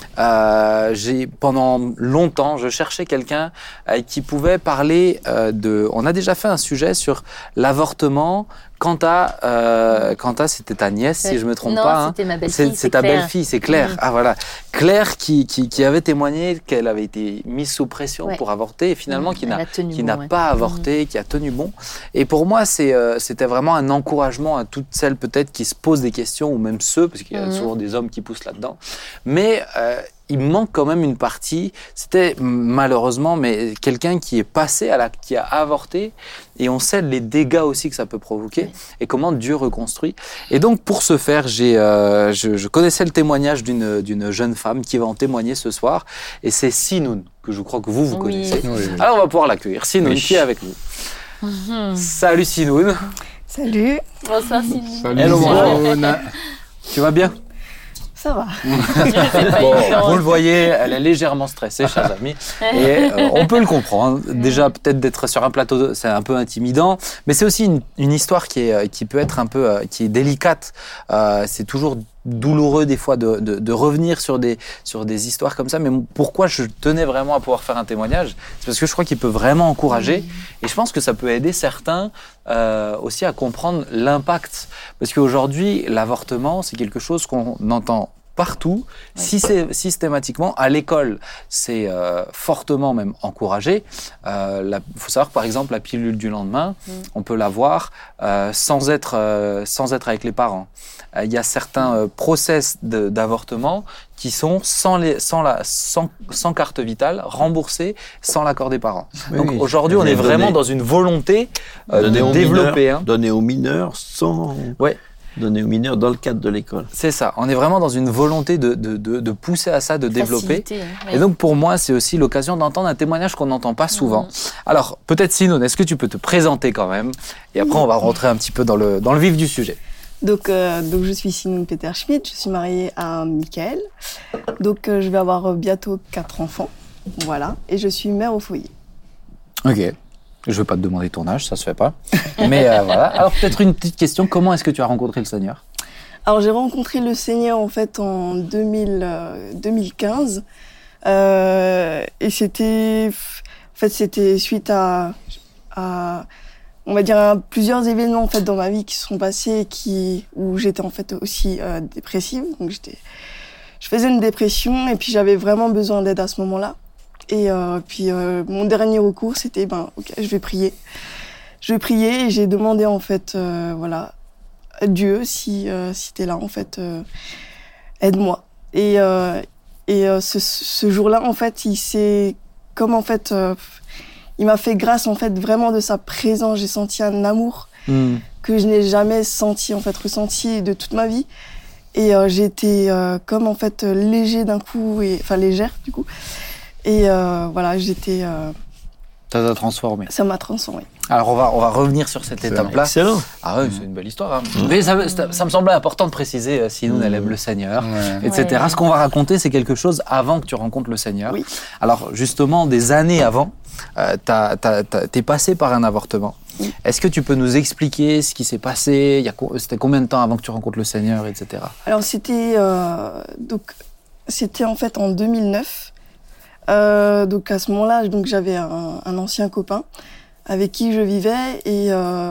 Pendant longtemps, je cherchais quelqu'un qui pouvait parler on a déjà fait un sujet sur l'avortement. Quanta, c'était ta nièce, si je me trompe pas. Non, c'était ma belle-fille. C'est ta belle-fille, c'est Claire. Ah voilà, Claire qui avait témoigné qu'elle avait été mise sous pression pour avorter et finalement qui n'a pas avorté, qui a tenu bon. Et pour moi, c'était vraiment un encouragement à toutes celles peut-être qui se posent des questions ou même ceux, parce qu'il y a souvent des hommes qui poussent là-dedans. Mais il manque quand même une partie. C'était malheureusement, mais quelqu'un qui est passé qui a avorté, et on sait les dégâts aussi que ça peut provoquer et comment Dieu reconstruit. Et donc pour ce faire, je connaissais le témoignage d'une jeune femme qui va en témoigner ce soir, et c'est Sinoun que je crois que vous connaissez. Oui. Alors on va pouvoir l'accueillir. Sinoun qui est avec nous. Salut Sinoun. Salut. Bonsoir Sinoun. Salut Sinoun. Tu vas bien? Ça va. Bon, vous le voyez, elle est légèrement stressée, chers amis. Et on peut le comprendre. Déjà, peut-être d'être sur un plateau, c'est un peu intimidant. Mais c'est aussi une histoire qui peut être un peu, qui est délicate. C'est toujours douloureux des fois de revenir sur des histoires comme ça. Mais pourquoi je tenais vraiment à pouvoir faire un témoignage, c'est parce que je crois qu'il peut vraiment encourager. Et je pense que ça peut aider certains aussi à comprendre l'impact. Parce qu'aujourd'hui, l'avortement, c'est quelque chose qu'on entend partout, systématiquement. À l'école, c'est fortement même encouragé. Faut savoir que, par exemple, la pilule du lendemain, on peut l'avoir sans être avec les parents. Il y a certains process d'avortement qui sont sans carte vitale, remboursés sans l'accord des parents. Donc aujourd'hui, on est vraiment dans une volonté de développer. Donner aux mineurs sans... Donner aux mineurs dans le cadre de l'école. C'est ça. On est vraiment dans une volonté de pousser à ça, de développer. Et donc, pour moi, c'est aussi l'occasion d'entendre un témoignage qu'on n'entend pas souvent. Alors, peut-être Sinoun, est-ce que tu peux te présenter quand même? Et après, on va rentrer un petit peu dans le vif du sujet. Donc je suis Sinoun Peter-Schmidt, je suis mariée à Michael. Donc, je vais avoir bientôt 4 enfants. Voilà. Et je suis mère au foyer. Ok. Je ne vais pas te demander ton âge, ça se fait pas. Mais voilà. Alors peut-être une petite question, comment est-ce que tu as rencontré le Seigneur? Alors j'ai rencontré le Seigneur en fait en 2015. Et c'était suite à on va dire plusieurs événements en fait dans ma vie qui se sont passés où j'étais en fait aussi dépressive. Donc je faisais une dépression et puis j'avais vraiment besoin d'aide à ce moment-là. Et puis mon dernier recours, c'était ok, je vais prier. Je priais et j'ai demandé en fait, voilà, à Dieu si t'es là en fait, aide-moi. Et ce jour-là en fait, il m'a fait grâce en fait vraiment de sa présence. J'ai senti un amour que je n'ai jamais ressenti de toute ma vie. Et j'étais comme en fait légère du coup. Et voilà, ça t'a transformé. Ça m'a transformé. Alors on va revenir sur cette étape-là. Excellent. Ah oui, c'est une belle histoire. Hein. Mais ça me semblait important de préciser, Sinoun, elle aime le Seigneur, etc. Ouais. Ce qu'on va raconter, c'est quelque chose avant que tu rencontres le Seigneur. Oui. Alors justement, des années avant, t'es passé par un avortement. Oui. Est-ce que tu peux nous expliquer ce qui s'est passé? C'était combien de temps avant que tu rencontres le Seigneur, etc. Alors c'était en fait en 2009. Donc à ce moment-là, j'avais un ancien copain avec qui je vivais et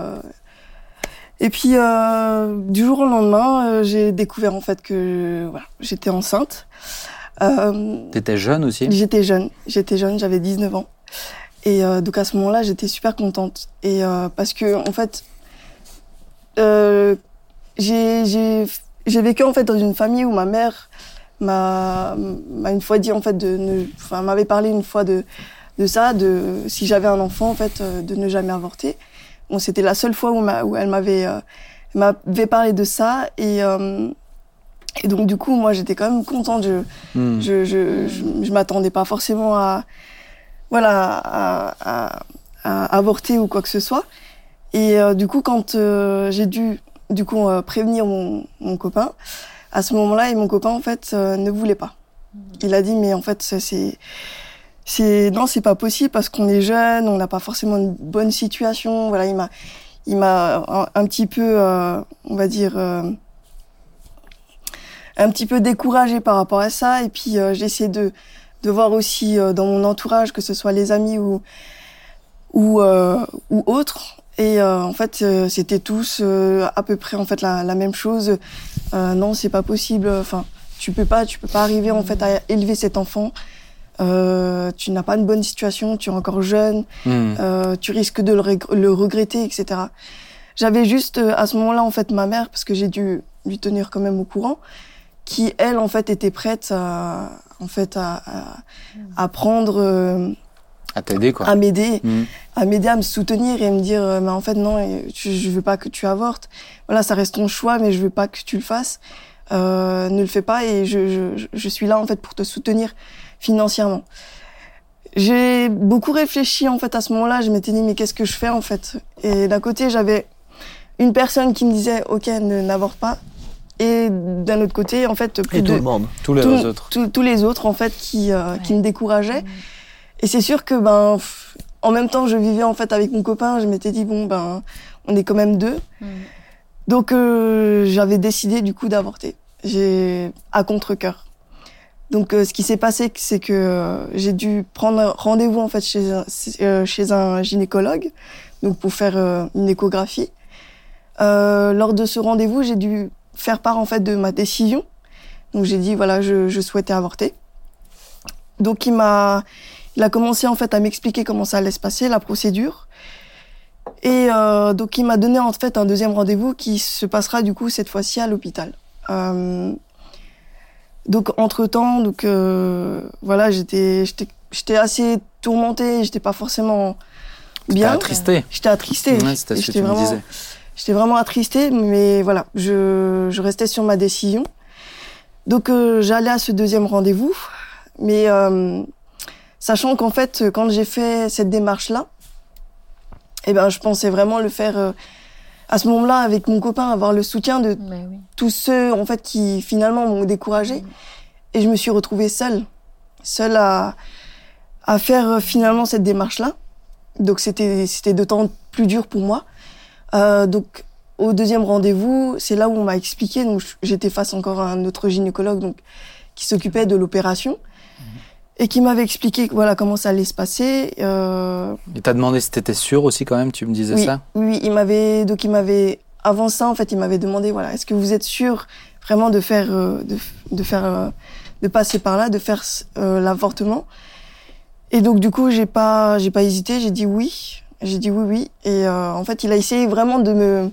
puis du jour au lendemain, j'ai découvert en fait que j'étais enceinte. T'étais jeune aussi? J'étais jeune, j'avais 19 ans. Et donc à ce moment-là, j'étais super contente et parce que en fait j'ai vécu en fait dans une famille où ma mère une fois dit en fait m'avait parlé une fois de ça, de si j'avais un enfant en fait de ne jamais avorter. Bon, c'était la seule fois où elle m'avait parlé de ça et donc du coup moi j'étais quand même contente. Je m'attendais pas forcément à avorter ou quoi que ce soit. Et du coup quand j'ai dû prévenir mon copain, à ce moment-là, et mon copain en fait ne voulait pas. Il a dit mais en fait non, c'est pas possible parce qu'on est jeune, on n'a pas forcément une bonne situation. Voilà, il m'a un petit peu, on va dire, un petit peu découragée par rapport à ça. Et puis j'ai essayé de voir aussi dans mon entourage, que ce soit les amis ou autres. Et en fait, c'était tous à peu près en fait la même chose. Non, c'est pas possible. Enfin, tu peux pas arriver en fait à élever cet enfant. Tu n'as pas une bonne situation, tu es encore jeune, tu risques de le regretter, etc. J'avais juste à ce moment-là en fait ma mère, parce que j'ai dû lui tenir quand même au courant, qui elle en fait était prête à prendre, à t'aider quoi, à m'aider, à me soutenir et me dire mais en fait non, je veux pas que tu avortes. Voilà, ça reste ton choix, mais je veux pas que tu le fasses. Ne le fais pas et je suis là en fait pour te soutenir financièrement. J'ai beaucoup réfléchi en fait à ce moment-là. Je m'étais dit mais qu'est-ce que je fais en fait? Et d'un côté j'avais une personne qui me disait ok n'avorte pas, et d'un autre côté en fait tout le monde, tous les autres en fait qui me décourageaient. Et c'est sûr que en même temps je vivais en fait avec mon copain. Je m'étais dit bon on est quand même deux. Donc j'avais décidé du coup d'avorter. À contre-cœur. Donc ce qui s'est passé, c'est que j'ai dû prendre rendez-vous en fait chez un gynécologue, donc pour faire une échographie. Lors de ce rendez-vous, j'ai dû faire part en fait de ma décision. Donc j'ai dit voilà, je souhaitais avorter. Donc il a commencé en fait à m'expliquer comment ça allait se passer, la procédure. Et donc il m'a donné en fait un deuxième rendez-vous qui se passera du coup cette fois-ci à l'hôpital. Donc entre-temps, voilà, j'étais assez tourmentée, j'étais pas forcément bien. J'étais attristée. Ouais, c'était ce que tu me disais. J'étais vraiment attristée, mais voilà, je restais sur ma décision. Donc j'allais à ce deuxième rendez-vous, mais sachant qu'en fait, quand j'ai fait cette démarche-là, je pensais vraiment le faire à ce moment-là avec mon copain, avoir le soutien de tous ceux en fait qui finalement m'ont découragée. Et je me suis retrouvée seule à faire finalement cette démarche-là. Donc c'était d'autant plus dur pour moi. Donc au deuxième rendez-vous, c'est là où on m'a expliqué. Donc j'étais face encore à un autre gynécologue donc qui s'occupait de l'opération. Et qui m'avait expliqué voilà comment ça allait se passer. Il t'a demandé si t'étais sûre aussi quand même, tu me disais ça? Oui, il m'avait avant ça en fait, il m'avait demandé voilà, est-ce que vous êtes sûre vraiment de passer par là, de faire l'avortement? Et donc du coup, j'ai pas hésité, j'ai dit oui. Et en fait, il a essayé vraiment de me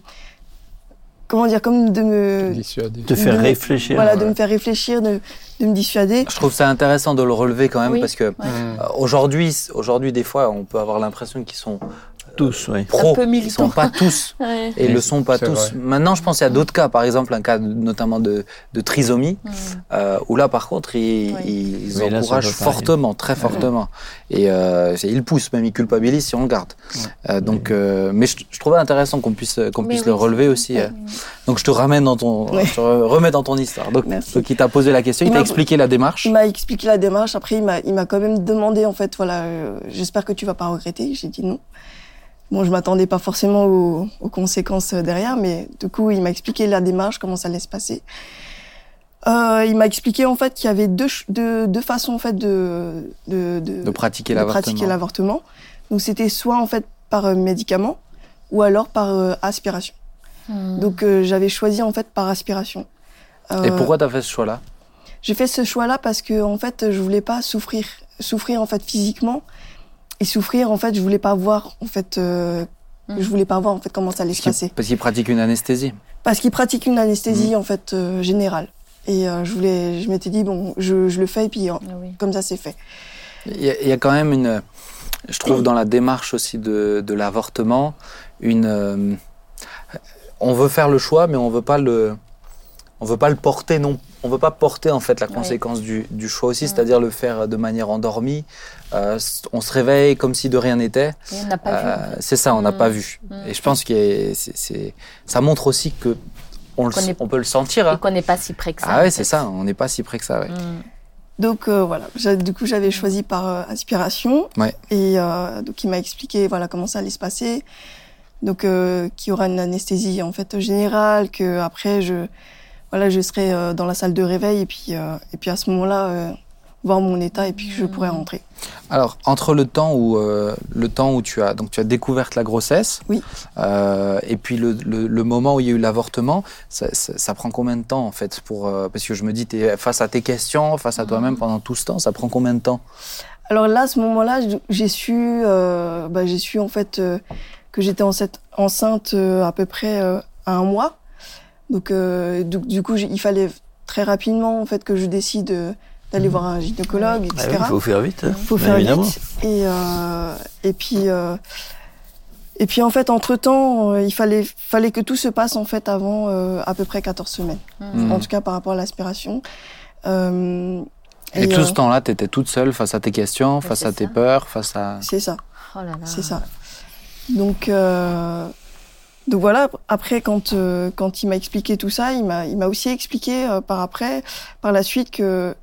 dissuader, de faire réfléchir. Voilà, de me faire réfléchir, de me dissuader. Je trouve ça intéressant de le relever quand même parce que aujourd'hui, des fois, on peut avoir l'impression qu'ils sont tous, pros, ils sont pas tous et ils le sont pas tous. Vrai. Maintenant, je pense qu'il y a d'autres cas, par exemple un cas notamment de trisomie, où là par contre ils encouragent fortement, très fortement, et ils poussent, même ils culpabilisent si on le garde. Mais je trouvais intéressant qu'on puisse le relever aussi. Donc je te ramène je te remets dans ton histoire. Donc il t'a posé la question, il t'a expliqué la démarche. Il m'a expliqué la démarche. Après il m'a quand même demandé en fait voilà, j'espère que tu vas pas regretter. J'ai dit non. Bon, je m'attendais pas forcément aux conséquences derrière, mais du coup, il m'a expliqué la démarche, comment ça allait se passer. Il m'a expliqué en fait qu'il y avait deux façons en fait de pratiquer l'avortement. Donc c'était soit en fait par médicament ou alors par aspiration. Donc j'avais choisi en fait par aspiration. Et pourquoi t'as fait ce choix-là? J'ai fait ce choix-là parce que en fait je voulais pas souffrir en fait physiquement. Et souffrir, en fait, je voulais pas voir, en fait, comment ça allait se passer. Parce qu'il pratique une anesthésie. Parce qu'il pratique une anesthésie, en fait, générale. Et je m'étais dit, bon, je le fais et puis comme ça, c'est fait. Il y a quand même je trouve dans la démarche aussi de l'avortement, on veut faire le choix, mais on veut pas le porter non. On veut pas porter en fait la conséquence du choix aussi, c'est-à-dire le faire de manière endormie. On se réveille comme si de rien n'était. Et on n'a pas vu. En fait. C'est ça, on n'a pas vu. Et je pense que ça montre aussi que on peut le sentir. Et qu'on n'est pas si près que ça. Ah ouais, c'est ça, on n'est pas si près que ça. Ouais. Donc voilà, du coup j'avais choisi par aspiration. Ouais. Et donc il m'a expliqué voilà comment ça allait se passer. Donc qu'il y aura une anesthésie en fait générale, que après je serai dans la salle de réveil et puis à ce moment-là voir mon état et puis je pourrai rentrer. Alors entre le temps où tu as découvert la grossesse, oui, et puis le moment où il y a eu l'avortement, ça prend combien de temps en fait parce que je me dis tu es face à tes questions, face à toi-même pendant tout ce temps, ça prend combien de temps? Alors là à ce moment-là, j'ai su en fait que j'étais enceinte à peu près à 1 mois. Donc du coup il fallait très rapidement en fait que je décide d'aller voir un gynécologue, etc. Il faut faire vite. Faut faire vite. Et puis en fait entre-temps il fallait que tout se passe en fait avant à peu près 14 semaines. En tout cas par rapport à l'aspiration. Et tout ce temps-là, tu étais toute seule face à tes questions, face à tes peurs, face à... C'est ça. Oh là là. C'est ça. Donc voilà, après quand il m'a expliqué tout ça, il m'a aussi expliqué par la suite que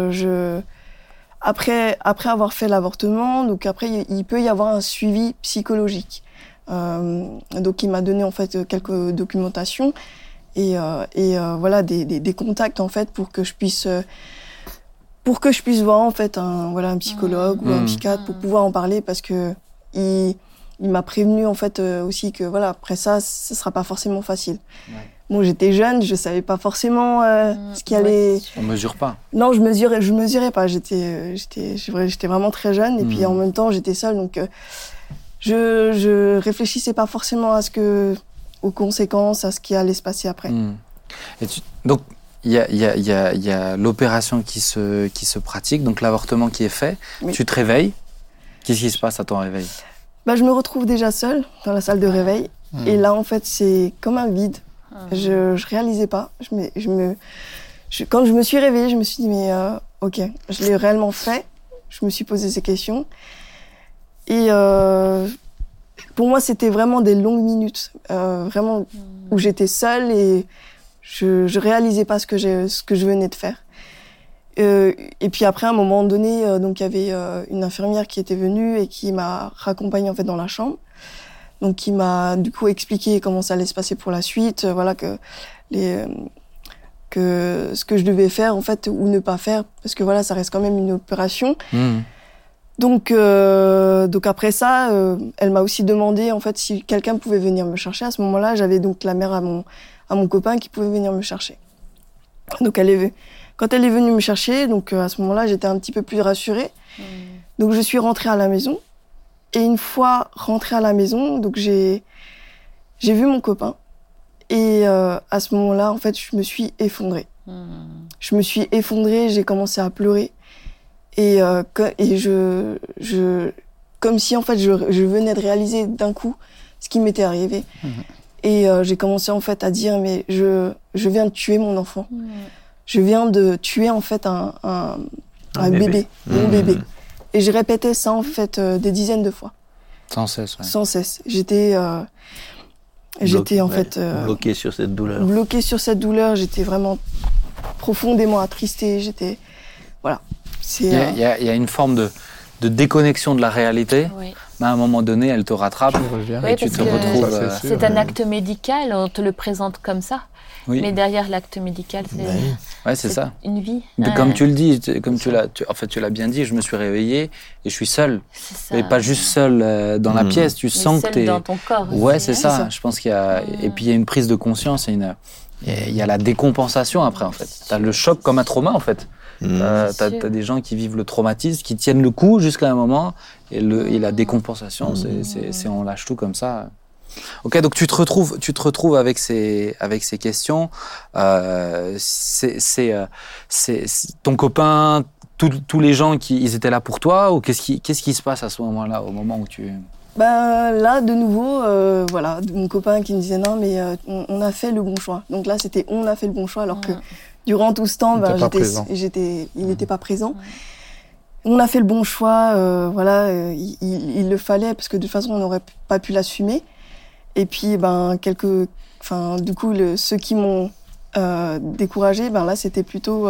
après avoir fait l'avortement, donc après il peut y avoir un suivi psychologique. Donc il m'a donné en fait quelques documentations et voilà des contacts en fait pour que je puisse voir en fait un psychologue ou un psychiatre pour pouvoir en parler parce que il m'a prévenu en fait aussi que voilà après ça sera pas forcément facile. Ouais. Bon, j'étais jeune, je savais pas forcément ce qui allait. On mesure pas. Non, je mesurais pas. J'étais vraiment très jeune et puis en même temps j'étais seule donc je réfléchissais pas forcément aux conséquences, à ce qui allait se passer après. Donc il y a l'opération qui se pratique, donc l'avortement qui est fait. Oui. Tu te réveilles. Qu'est-ce qui se passe à ton réveil? Je me retrouve déjà seule dans la salle de réveil. Et là, en fait, c'est comme un vide. Je réalisais pas. Quand je me suis réveillée, je me suis dit, mais ok, je l'ai réellement fait. Je me suis posé ces questions. Et pour moi, c'était vraiment des longues minutes. Vraiment où j'étais seule et je réalisais pas ce que je venais de faire. Et puis après, à un moment donné, donc il y avait une infirmière qui était venue et qui m'a raccompagnée en fait dans la chambre. Donc qui m'a du coup expliqué comment ça allait se passer pour la suite, voilà que ce que je devais faire en fait ou ne pas faire parce que voilà ça reste quand même une opération. Donc après ça, elle m'a aussi demandé en fait si quelqu'un pouvait venir me chercher. À ce moment-là, j'avais donc la mère à mon copain qui pouvait venir me chercher. Donc quand elle est venue me chercher, donc à ce moment-là, j'étais un petit peu plus rassurée. Donc je suis rentrée à la maison. Et une fois rentrée à la maison, donc j'ai vu mon copain. Et à ce moment-là, en fait, je me suis effondrée. Je me suis effondrée, j'ai commencé à pleurer. Et comme si en fait je venais de réaliser d'un coup ce qui m'était arrivé. Et j'ai commencé en fait à dire mais je viens de tuer mon enfant. Je viens de tuer en fait un bébé, mon bébé. Et je répétais ça en fait des dizaines de fois. Sans cesse. Ouais. Sans cesse. J'étais en fait bloquée sur cette douleur. Bloquée sur cette douleur. J'étais vraiment profondément attristée. J'étais voilà. Il y a une forme de déconnexion de la réalité. Oui. Mais à un moment donné, elle te rattrape et tu te retrouves. C'est un acte médical. On te le présente comme ça. Oui. Mais derrière l'acte médical, c'est ça. Une vie. Comme tu le dis, comme tu l'as bien dit, je me suis réveillée et je suis seule. Et pas juste seule dans la pièce, tu sens que tu es... dans ton corps. Ouais, c'est ça. Je pense qu'il y a... Et puis il y a une prise de conscience et il y a la décompensation après, en fait. Tu as le choc comme un trauma, en fait. T'as des gens qui vivent le traumatisme, qui tiennent le coup jusqu'à un moment et la décompensation, c'est on lâche tout comme ça. Ok, donc tu te retrouves avec ces questions. C'est ton copain, tous les gens ils étaient là pour toi, ou qu'est-ce qui se passe à ce moment-là, au moment où tu... Là, de nouveau, voilà, mon copain qui me disait non, mais on a fait le bon choix. Donc là, c'était on a fait le bon choix, alors que durant tout ce temps, il n'était pas présent. On a fait le bon choix, il le fallait, parce que de toute façon, on n'aurait pas pu l'assumer. Et puis, du coup, ceux qui m'ont découragée, là, c'était plutôt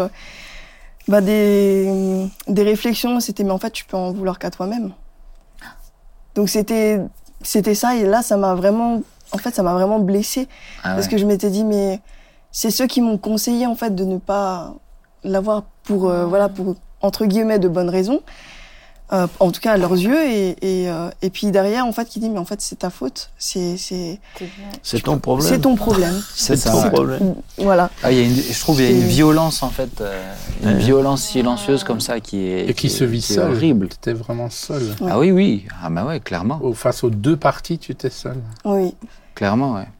des réflexions. C'était, mais en fait, tu peux en vouloir qu'à toi-même. Donc c'était ça, et là, ça m'a vraiment blessée. Parce que je m'étais dit, mais c'est ceux qui m'ont conseillé, en fait, de ne pas l'avoir pour entre guillemets, de bonnes raisons, en tout cas à leurs yeux, et puis derrière, en fait, qui dit, mais en fait, c'est ta faute, c'est ton problème. C'est ton problème. C'est ton problème. Voilà. Je trouve qu'il y a une violence, en fait, une violence silencieuse comme ça qui est et qui se vit seule. Horrible. Tu étais vraiment seule. Ouais. Ah oui. Ah bah ouais, clairement. Face aux deux parties, tu étais seule. Oui. Clairement, ouais.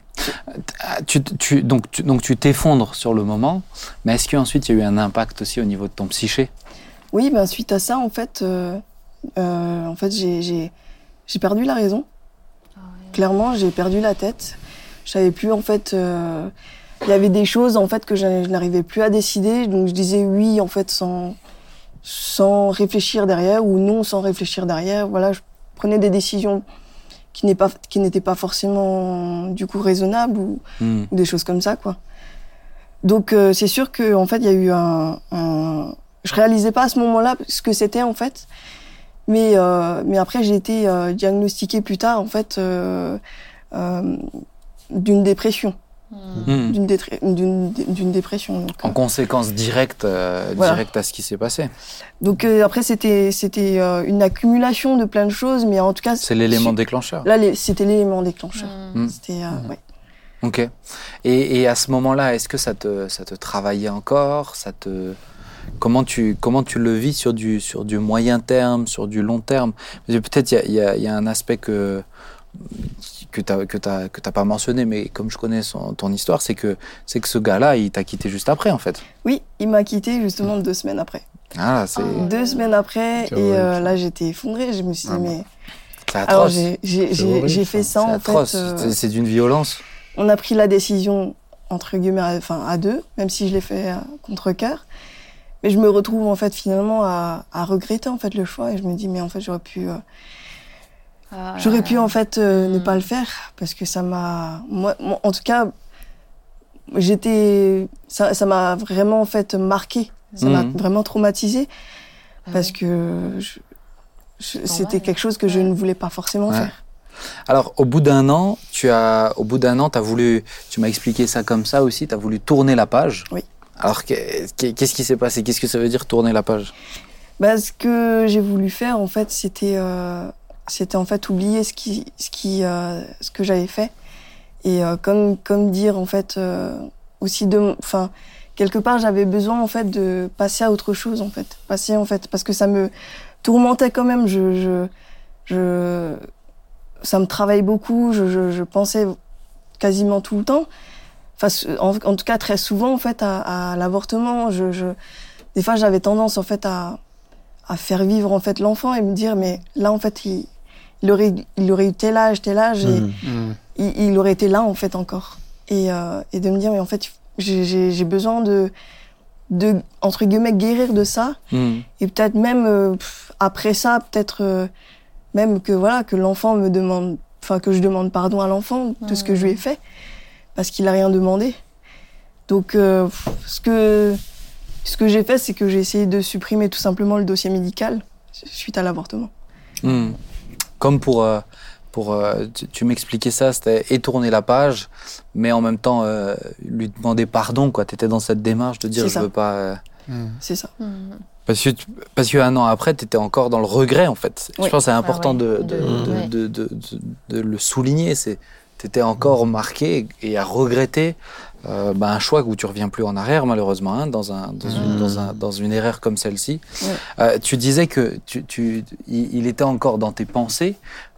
Donc tu t'effondres sur le moment, mais est-ce qu'ensuite il y a eu un impact aussi au niveau de ton psyché? Oui, suite à ça, en fait, j'ai perdu la raison. Clairement, j'ai perdu la tête. Je savais plus, en fait, il y avait des choses, en fait, que je n'arrivais plus à décider. Donc, je disais oui, en fait, sans réfléchir derrière, ou non sans réfléchir derrière. Voilà, je prenais des décisions qui n'étaient pas forcément, du coup, raisonnables, ou des choses comme ça, quoi. Donc, c'est sûr que, en fait, il y a eu je réalisais pas à ce moment-là ce que c'était, en fait. Mais après, j'ai été diagnostiquée plus tard, en fait, d'une dépression. D'une dépression. Donc, en conséquence directe à ce qui s'est passé. Donc après, c'était une accumulation de plein de choses, mais en tout cas... C'est l'élément déclencheur. Là, c'était l'élément déclencheur. C'était, ouais. Ok. Et à ce moment-là, est-ce que ça te travaillait encore? Comment tu le vis sur du moyen terme, sur du long terme? Peut-être il y a un aspect que t'as pas mentionné, mais comme je connais ton histoire, c'est que ce gars-là, il t'a quitté juste après, en fait. Oui, il m'a quitté justement 2 semaines après. Ah, c'est... 2 semaines après, et là, j'étais effondrée. Je me suis dit, mais... C'est atroce. Alors, j'ai fait ça, en fait... C'est d'une violence. On a pris la décision, entre guillemets, à 2, même si je l'ai fait contre cœur. Mais je me retrouve, en fait, finalement, à regretter, en fait, le choix. Et je me dis, mais en fait, j'aurais pu, en fait, ne pas le faire. Parce que ça m'a... Moi, en tout cas, ça m'a vraiment, en fait, marqué. Ça m'a vraiment traumatisée. Parce que c'était quelque chose que je ne voulais pas forcément faire. Alors, au bout d'un an, tu m'as expliqué ça comme ça aussi, tu as voulu tourner la page. Oui. Alors, qu'est-ce qui s'est passé? Qu'est-ce que ça veut dire tourner la page? Ce que j'ai voulu faire, en fait, c'était en fait oublier ce que j'avais fait. Et comme dire, en fait, aussi quelque part, j'avais besoin, en fait, de passer à autre chose, en fait. Parce que ça me tourmentait quand même. Ça me travaille beaucoup. Je pensais quasiment tout le temps. En tout cas, très souvent, en fait, à l'avortement. Des fois, j'avais tendance, en fait, à faire vivre, en fait, l'enfant et me dire, mais là, en fait, il aurait eu tel âge, et il aurait été là, en fait, encore. Et de me dire, mais en fait, j'ai besoin de entre guillemets, guérir de ça. Et peut-être même, après ça, peut-être même que l'enfant me demande, que je demande pardon à l'enfant de ce que je lui ai fait. Parce qu'il n'a rien demandé. Donc, ce que j'ai fait, c'est que j'ai essayé de supprimer tout simplement le dossier médical suite à l'avortement. Comme tu m'expliquais ça, c'était étourner la page, mais en même temps lui demander pardon, quoi. T'étais dans cette démarche de dire je veux pas. C'est ça. Parce qu'un an après, t'étais encore dans le regret, en fait. Je pense que c'est important de le souligner. T'étais encore marqué et à regretter un choix où tu reviens plus en arrière, malheureusement, hein, dans une erreur comme celle-ci. Ouais. Tu disais que il était encore dans tes pensées.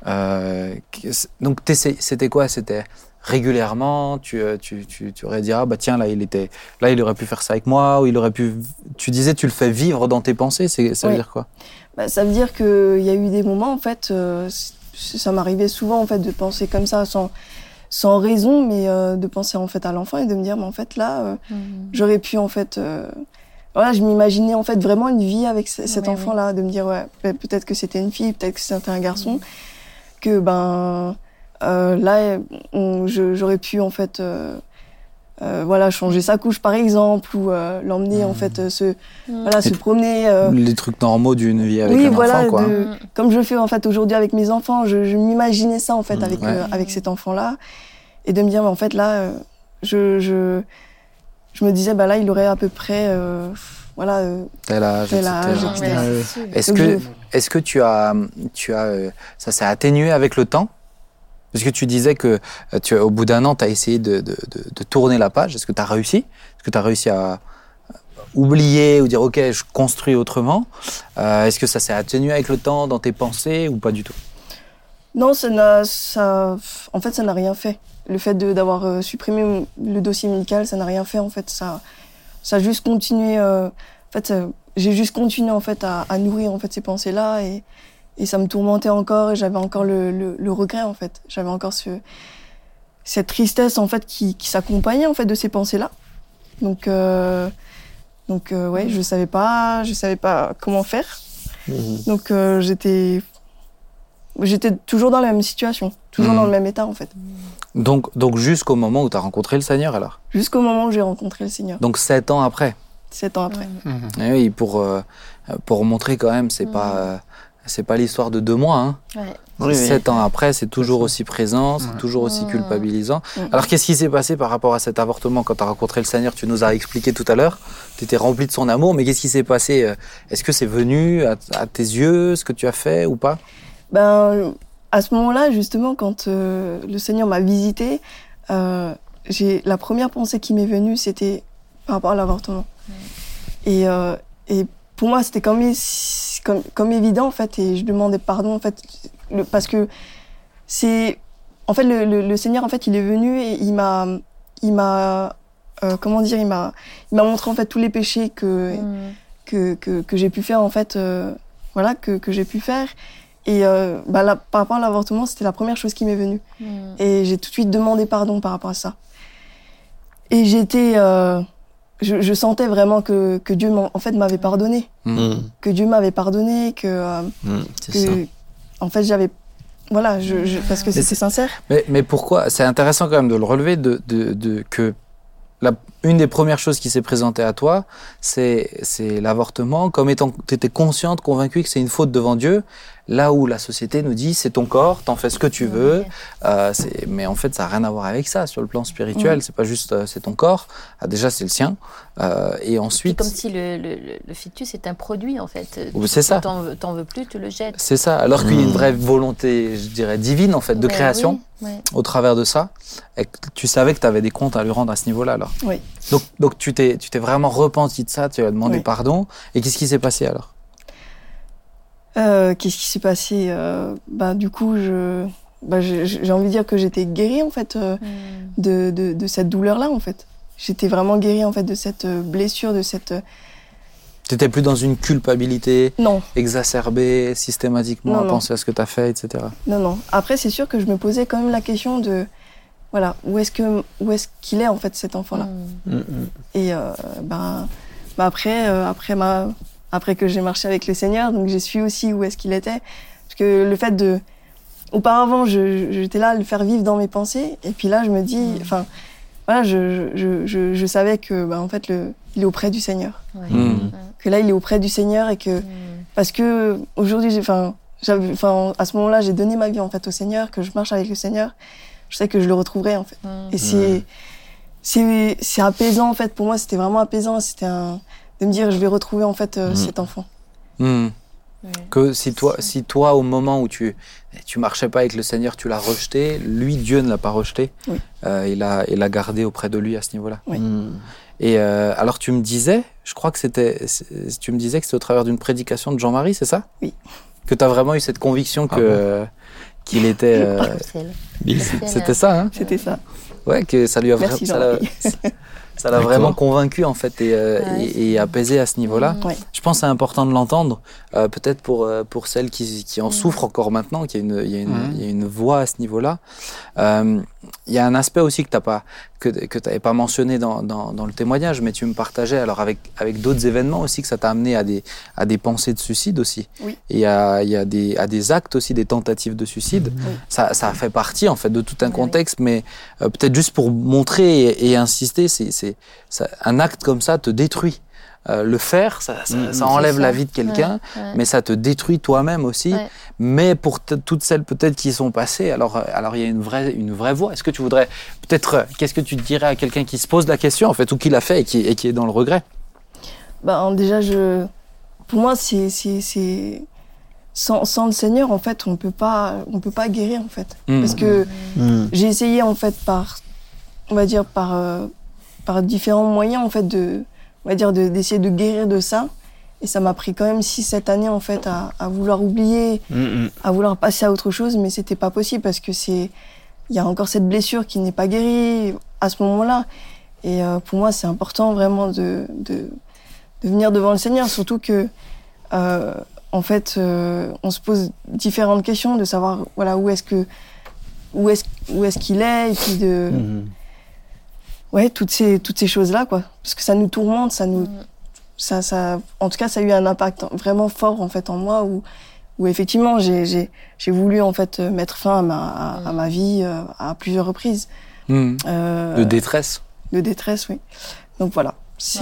Donc, c'était quoi? C'était régulièrement, tu aurais dit, ah, bah, tiens, là, il aurait pu faire ça avec moi, ou il aurait pu, tu disais, tu le fais vivre dans tes pensées, ça veut dire quoi? Bah, ça veut dire qu'il y a eu des moments, en fait, ça m'arrivait souvent, en fait, de penser comme ça, sans raison, mais de penser, en fait, à l'enfant et de me dire, mais en fait, là, j'aurais pu, en fait, voilà, je m'imaginais, en fait, vraiment une vie avec cet enfant-là, de me dire, ouais, peut-être que c'était une fille, peut-être que c'était un garçon, que, là, j'aurais pu, en fait, voilà, changer sa couche, par exemple, ou l'emmener, en fait, se promener. Les trucs normaux d'une vie avec un enfant, quoi. Comme je fais, en fait, aujourd'hui avec mes enfants, je m'imaginais ça, en fait, avec cet enfant-là. Et de me dire, mais en fait, là, je me disais, bah là, il aurait à peu près, voilà... tel âge, etc. Est-ce que tu as ça s'est atténué avec le temps? Parce que tu disais que au bout d'un an, tu as essayé de tourner la page. Est-ce que tu as réussi? Est-ce que tu as réussi à oublier ou dire, OK, je construis autrement? Est-ce que ça s'est atténué avec le temps dans tes pensées ou pas du tout? Non, en fait, ça n'a rien fait. Le fait d'avoir supprimé le dossier médical, ça n'a rien fait. En fait, ça a juste continué. En fait, j'ai juste continué, en fait, à nourrir, en fait, ces pensées-là et ça me tourmentait encore et j'avais encore le regret, en fait. J'avais encore cette tristesse, en fait, qui s'accompagnait, en fait, de ces pensées-là. Donc, ouais, je savais pas comment faire. Donc, j'étais toujours dans la même situation, toujours dans le même état, en fait. Donc jusqu'au moment où tu as rencontré le Seigneur, alors? Jusqu'au moment où j'ai rencontré le Seigneur. Donc 7 ans après? 7 ans après. Et oui, pour montrer quand même, c'est pas l'histoire de 2 mois. Hein. Ouais. 7 ans après, c'est toujours aussi présent, c'est toujours aussi culpabilisant. Alors, qu'est-ce qui s'est passé par rapport à cet avortement quand tu as rencontré le Seigneur? Tu nous as expliqué tout à l'heure. Tu étais rempli de son amour, mais qu'est-ce qui s'est passé? Est-ce que c'est venu à tes yeux, ce que tu as fait ou pas? À ce moment-là, justement, quand le Seigneur m'a visité, la première pensée qui m'est venue, c'était par rapport à l'avortement. Et pour moi, c'était comme évident, en fait, et je demandais pardon, en fait, parce que c'est... En fait, le Seigneur, en fait, il est venu et il m'a comment dire, il m'a montré, en fait, tous les péchés que j'ai pu faire, en fait, voilà, que j'ai pu faire. Et là, par rapport à l'avortement, c'était la première chose qui m'est venue. Et j'ai tout de suite demandé pardon par rapport à ça. Et j'étais... Je sentais vraiment que Dieu en fait, m'avait pardonné. Que Dieu m'avait pardonné, en fait, j'avais... Voilà, parce que c'était sincère. Mais pourquoi? C'est intéressant quand même de le relever, que une des premières choses qui s'est présentée à toi, c'est l'avortement, comme étant tu étais consciente, convaincue que c'est une faute devant Dieu, là où la société nous dit c'est ton corps, t'en fais ce que tu veux, mais en fait ça n'a rien à voir avec ça sur le plan spirituel, c'est pas juste c'est ton corps, déjà c'est le sien, et ensuite... C'est comme si le fœtus est un produit en fait, c'est ça. T'en veux plus, tu le jettes. C'est ça, alors qu'il y a une vraie volonté, je dirais, divine en fait, de création, au travers de ça, et tu savais que tu avais des comptes à lui rendre à ce niveau-là alors. Oui. Donc tu t'es vraiment repenti de ça, tu as demandé pardon, et qu'est-ce qui s'est passé alors? Qu'est-ce qui s'est passé? Du coup, j'ai envie de dire que j'étais guérie en fait de cette douleur-là en fait. J'étais vraiment guérie en fait de cette blessure, de cette. T'étais plus dans une culpabilité exacerbée systématiquement à penser à ce que t'as fait, etc. Non. Après, c'est sûr que je me posais quand même la question de voilà où est-ce qu'il est en fait cet enfant-là. Et après que j'ai marché avec le Seigneur, donc j'ai su aussi où est-ce qu'il était. Parce que le fait auparavant, j'étais là à le faire vivre dans mes pensées, et puis là, je me dis, enfin, voilà, je savais que, en fait, il est auprès du Seigneur. Que là, il est auprès du Seigneur et que, parce que aujourd'hui, à ce moment-là, j'ai donné ma vie en fait au Seigneur, que je marche avec le Seigneur. Je sais que je le retrouverai en fait. Et c'est apaisant en fait. Pour moi, c'était vraiment apaisant. C'était de me dire, je vais retrouver en fait cet enfant. Que si toi, au moment où tu marchais pas avec le Seigneur, tu l'as rejeté, lui, Dieu ne l'a pas rejeté. Oui. Il l'a gardé auprès de lui à ce niveau-là. Oui. Et alors tu me disais, je crois que c'était au travers d'une prédication de Jean-Marie, c'est ça? Oui. Que tu as vraiment eu cette conviction qu'il était... C'était ça, hein? C'était ça. Ouais, que ça lui a Merci, ça l'a vraiment convaincu en fait et apaisé à ce niveau-là. Ouais. Je pense que c'est important de l'entendre, peut-être pour celles qui en souffrent encore maintenant, qu'il y a une voix à ce niveau-là. Il y a un aspect aussi que t'avais pas mentionné dans le témoignage, mais tu me partageais alors avec d'autres événements aussi que ça t'a amené à des pensées de suicide aussi. Oui. Et à des actes aussi, des tentatives de suicide. Oui. Ça a fait partie en fait de tout un contexte, mais peut-être juste pour montrer et insister, un acte comme ça te détruit. Le faire, ça enlève la vie de quelqu'un, mais ça te détruit toi-même aussi. Ouais. Mais pour toutes celles peut-être qui sont passées, alors il y a une vraie voie. Est-ce que tu voudrais peut-être, qu'est-ce que tu dirais à quelqu'un qui se pose la question en fait, ou qui l'a fait et qui est dans le regret? Déjà, pour moi, c'est sans le Seigneur en fait, on peut pas guérir en fait, parce que j'ai essayé en fait par différents moyens en fait d'essayer de guérir de ça, et ça m'a pris quand même 6-7 années en fait à vouloir oublier, à vouloir passer à autre chose, mais c'était pas possible parce que il y a encore cette blessure qui n'est pas guérie à ce moment-là, et pour moi c'est important vraiment de venir devant le Seigneur, surtout que en fait on se pose différentes questions de savoir où est-ce qu'il est, et puis toutes ces choses-là, quoi. Parce que ça nous tourmente, en tout cas, ça a eu un impact vraiment fort, en fait, en moi, où effectivement, j'ai voulu, en fait, mettre fin à ma vie à plusieurs reprises. De détresse. De détresse, oui. Donc voilà.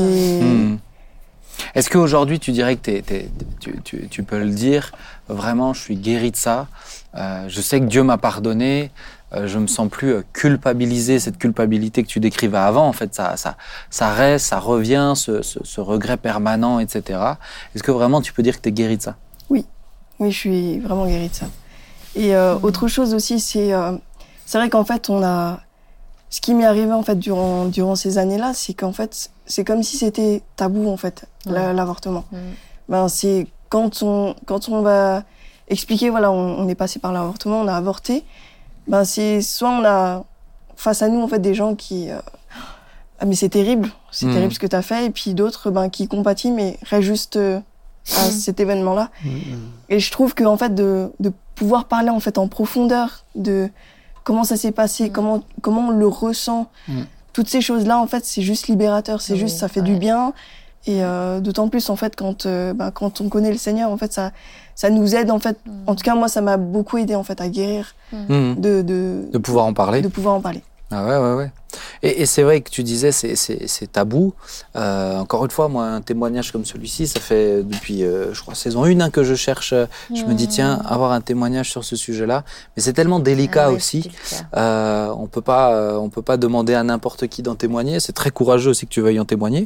Est-ce qu'aujourd'hui, tu dirais que tu peux le dire, vraiment, je suis guéri de ça, je sais que Dieu m'a pardonné, je me sens plus culpabilisé, cette culpabilité que tu décrivais avant, en fait, ça reste, ça revient, ce regret permanent, etc. Est-ce que vraiment tu peux dire que tu es guéri de ça? Oui, je suis vraiment guéri de ça. Et autre chose aussi, c'est vrai qu'en fait, ce qui m'est arrivé en fait durant ces années-là, c'est qu'en fait, c'est comme si c'était tabou en fait, l'avortement. C'est quand on va expliquer, on est passé par l'avortement, on a avorté. C'est soit on a face à nous en fait des gens qui mais c'est terrible ce que t'as fait, et puis d'autres qui compatissent mais restent juste à cet événement-là. Et je trouve que en fait de pouvoir parler en fait en profondeur de comment ça s'est passé, comment on le ressent, toutes ces choses-là en fait c'est juste libérateur, c'est juste ça fait du bien, et d'autant plus en fait quand on connaît le Seigneur en fait ça nous aide en fait. En tout cas moi ça m'a beaucoup aidé en fait à guérir, de pouvoir en parler. Ah ouais. Et c'est vrai que tu disais c'est tabou. Encore une fois, moi, un témoignage comme celui-ci, ça fait depuis, je crois, saison 1 que je cherche. Je me dis, tiens, avoir un témoignage sur ce sujet-là. Mais c'est tellement délicat aussi. On peut pas demander à n'importe qui d'en témoigner. C'est très courageux aussi que tu veuilles en témoigner.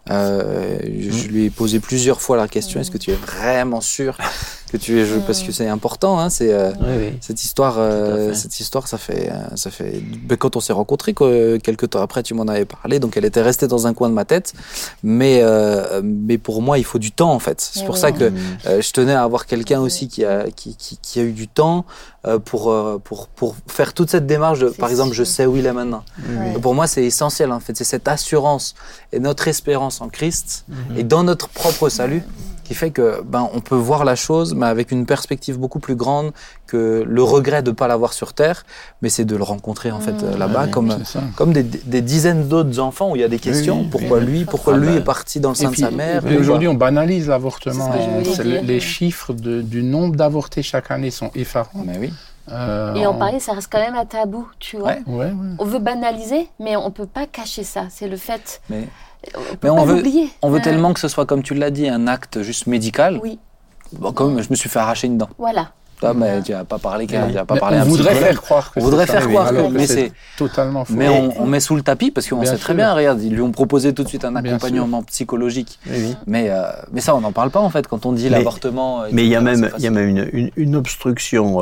Je lui ai posé plusieurs fois la question, est-ce que tu es vraiment sûr que tu es, parce que c'est important, hein, cette histoire, ça fait, quand on s'est rencontrés, quelques temps après, tu m'en avais parlé, donc elle était restée dans un coin de ma tête, mais pour moi, il faut du temps, en fait. C'est pour ça que je tenais à avoir quelqu'un aussi qui a eu du temps pour faire toute cette démarche par exemple, je sais où il est maintenant. Pour moi, c'est essentiel, en fait. C'est cette assurance et notre espérance en Christ et dans notre propre salut qui fait que on peut voir la chose, mais avec une perspective beaucoup plus grande que le regret de ne pas l'avoir sur terre, mais c'est de le rencontrer en fait là-bas, comme des dizaines d'autres enfants où il y a des questions. Pourquoi lui est parti dans le sein de sa mère? Et aujourd'hui, on banalise l'avortement. Les chiffres du nombre d'avortés chaque année sont effarants. Mais oui. Et en Paris, ça reste quand même un tabou, tu vois. On veut banaliser, mais on peut pas cacher ça. C'est le fait. Mais on veut tellement que ce soit, comme tu l'as dit, un acte juste médical. Oui. Comme je me suis fait arracher une dent. Voilà. Mais tu n'as pas parlé tu n'as pas parlé on un voudrait psychologue. faire croire que On voudrait faire croire alors mais c'est totalement faux. Mais on met sous le tapis parce qu'on sait très bien, regarde, ils lui ont proposé tout de suite un Bien accompagnement psychologique. Oui. Mais ça, on n'en parle pas en fait quand on dit l'avortement. Mais il y a même une obstruction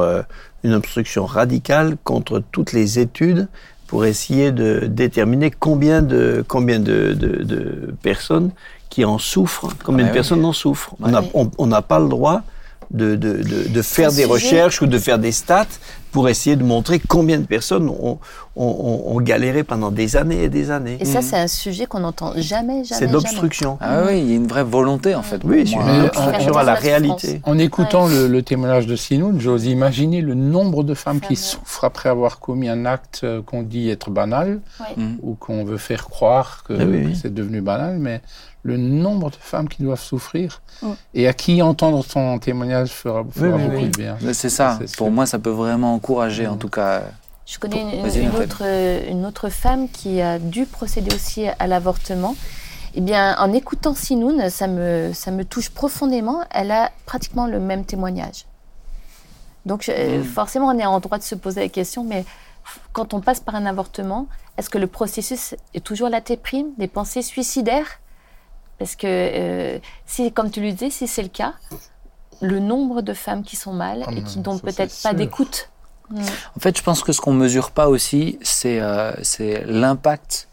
radicale contre toutes les études pour essayer de déterminer combien de personnes qui en souffrent, combien de personnes en souffrent. On n'a pas le droit de faire des recherches ou de faire des stats pour essayer de montrer combien de personnes ont galéré pendant des années et des années. Et ça, c'est un sujet qu'on n'entend jamais. C'est l'obstruction. Ah oui, il y a une vraie volonté en fait. Oui, c'est une obstruction à la réalité. En écoutant le témoignage de Sinoun, j'ose imaginer le nombre de femmes qui souffrent après avoir commis un acte qu'on dit être banal ou qu'on veut faire croire que c'est devenu banal, mais le nombre de femmes qui doivent souffrir et à qui entendre son témoignage fera beaucoup de bien. C'est ça. Pour moi, ça peut vraiment encourager, en tout cas. Je connais une autre femme qui a dû procéder aussi à l'avortement. Eh bien, en écoutant Sinoun, ça me touche profondément. Elle a pratiquement le même témoignage. Donc, forcément, on est en droit de se poser la question, mais quand on passe par un avortement, est-ce que le processus est toujours la déprime, des pensées suicidaires ? Parce que, si, comme tu le disais, si c'est le cas, le nombre de femmes qui sont mal et qui n'ont peut-être pas d'écoute. En fait, je pense que ce qu'on ne mesure pas aussi, c'est l'impact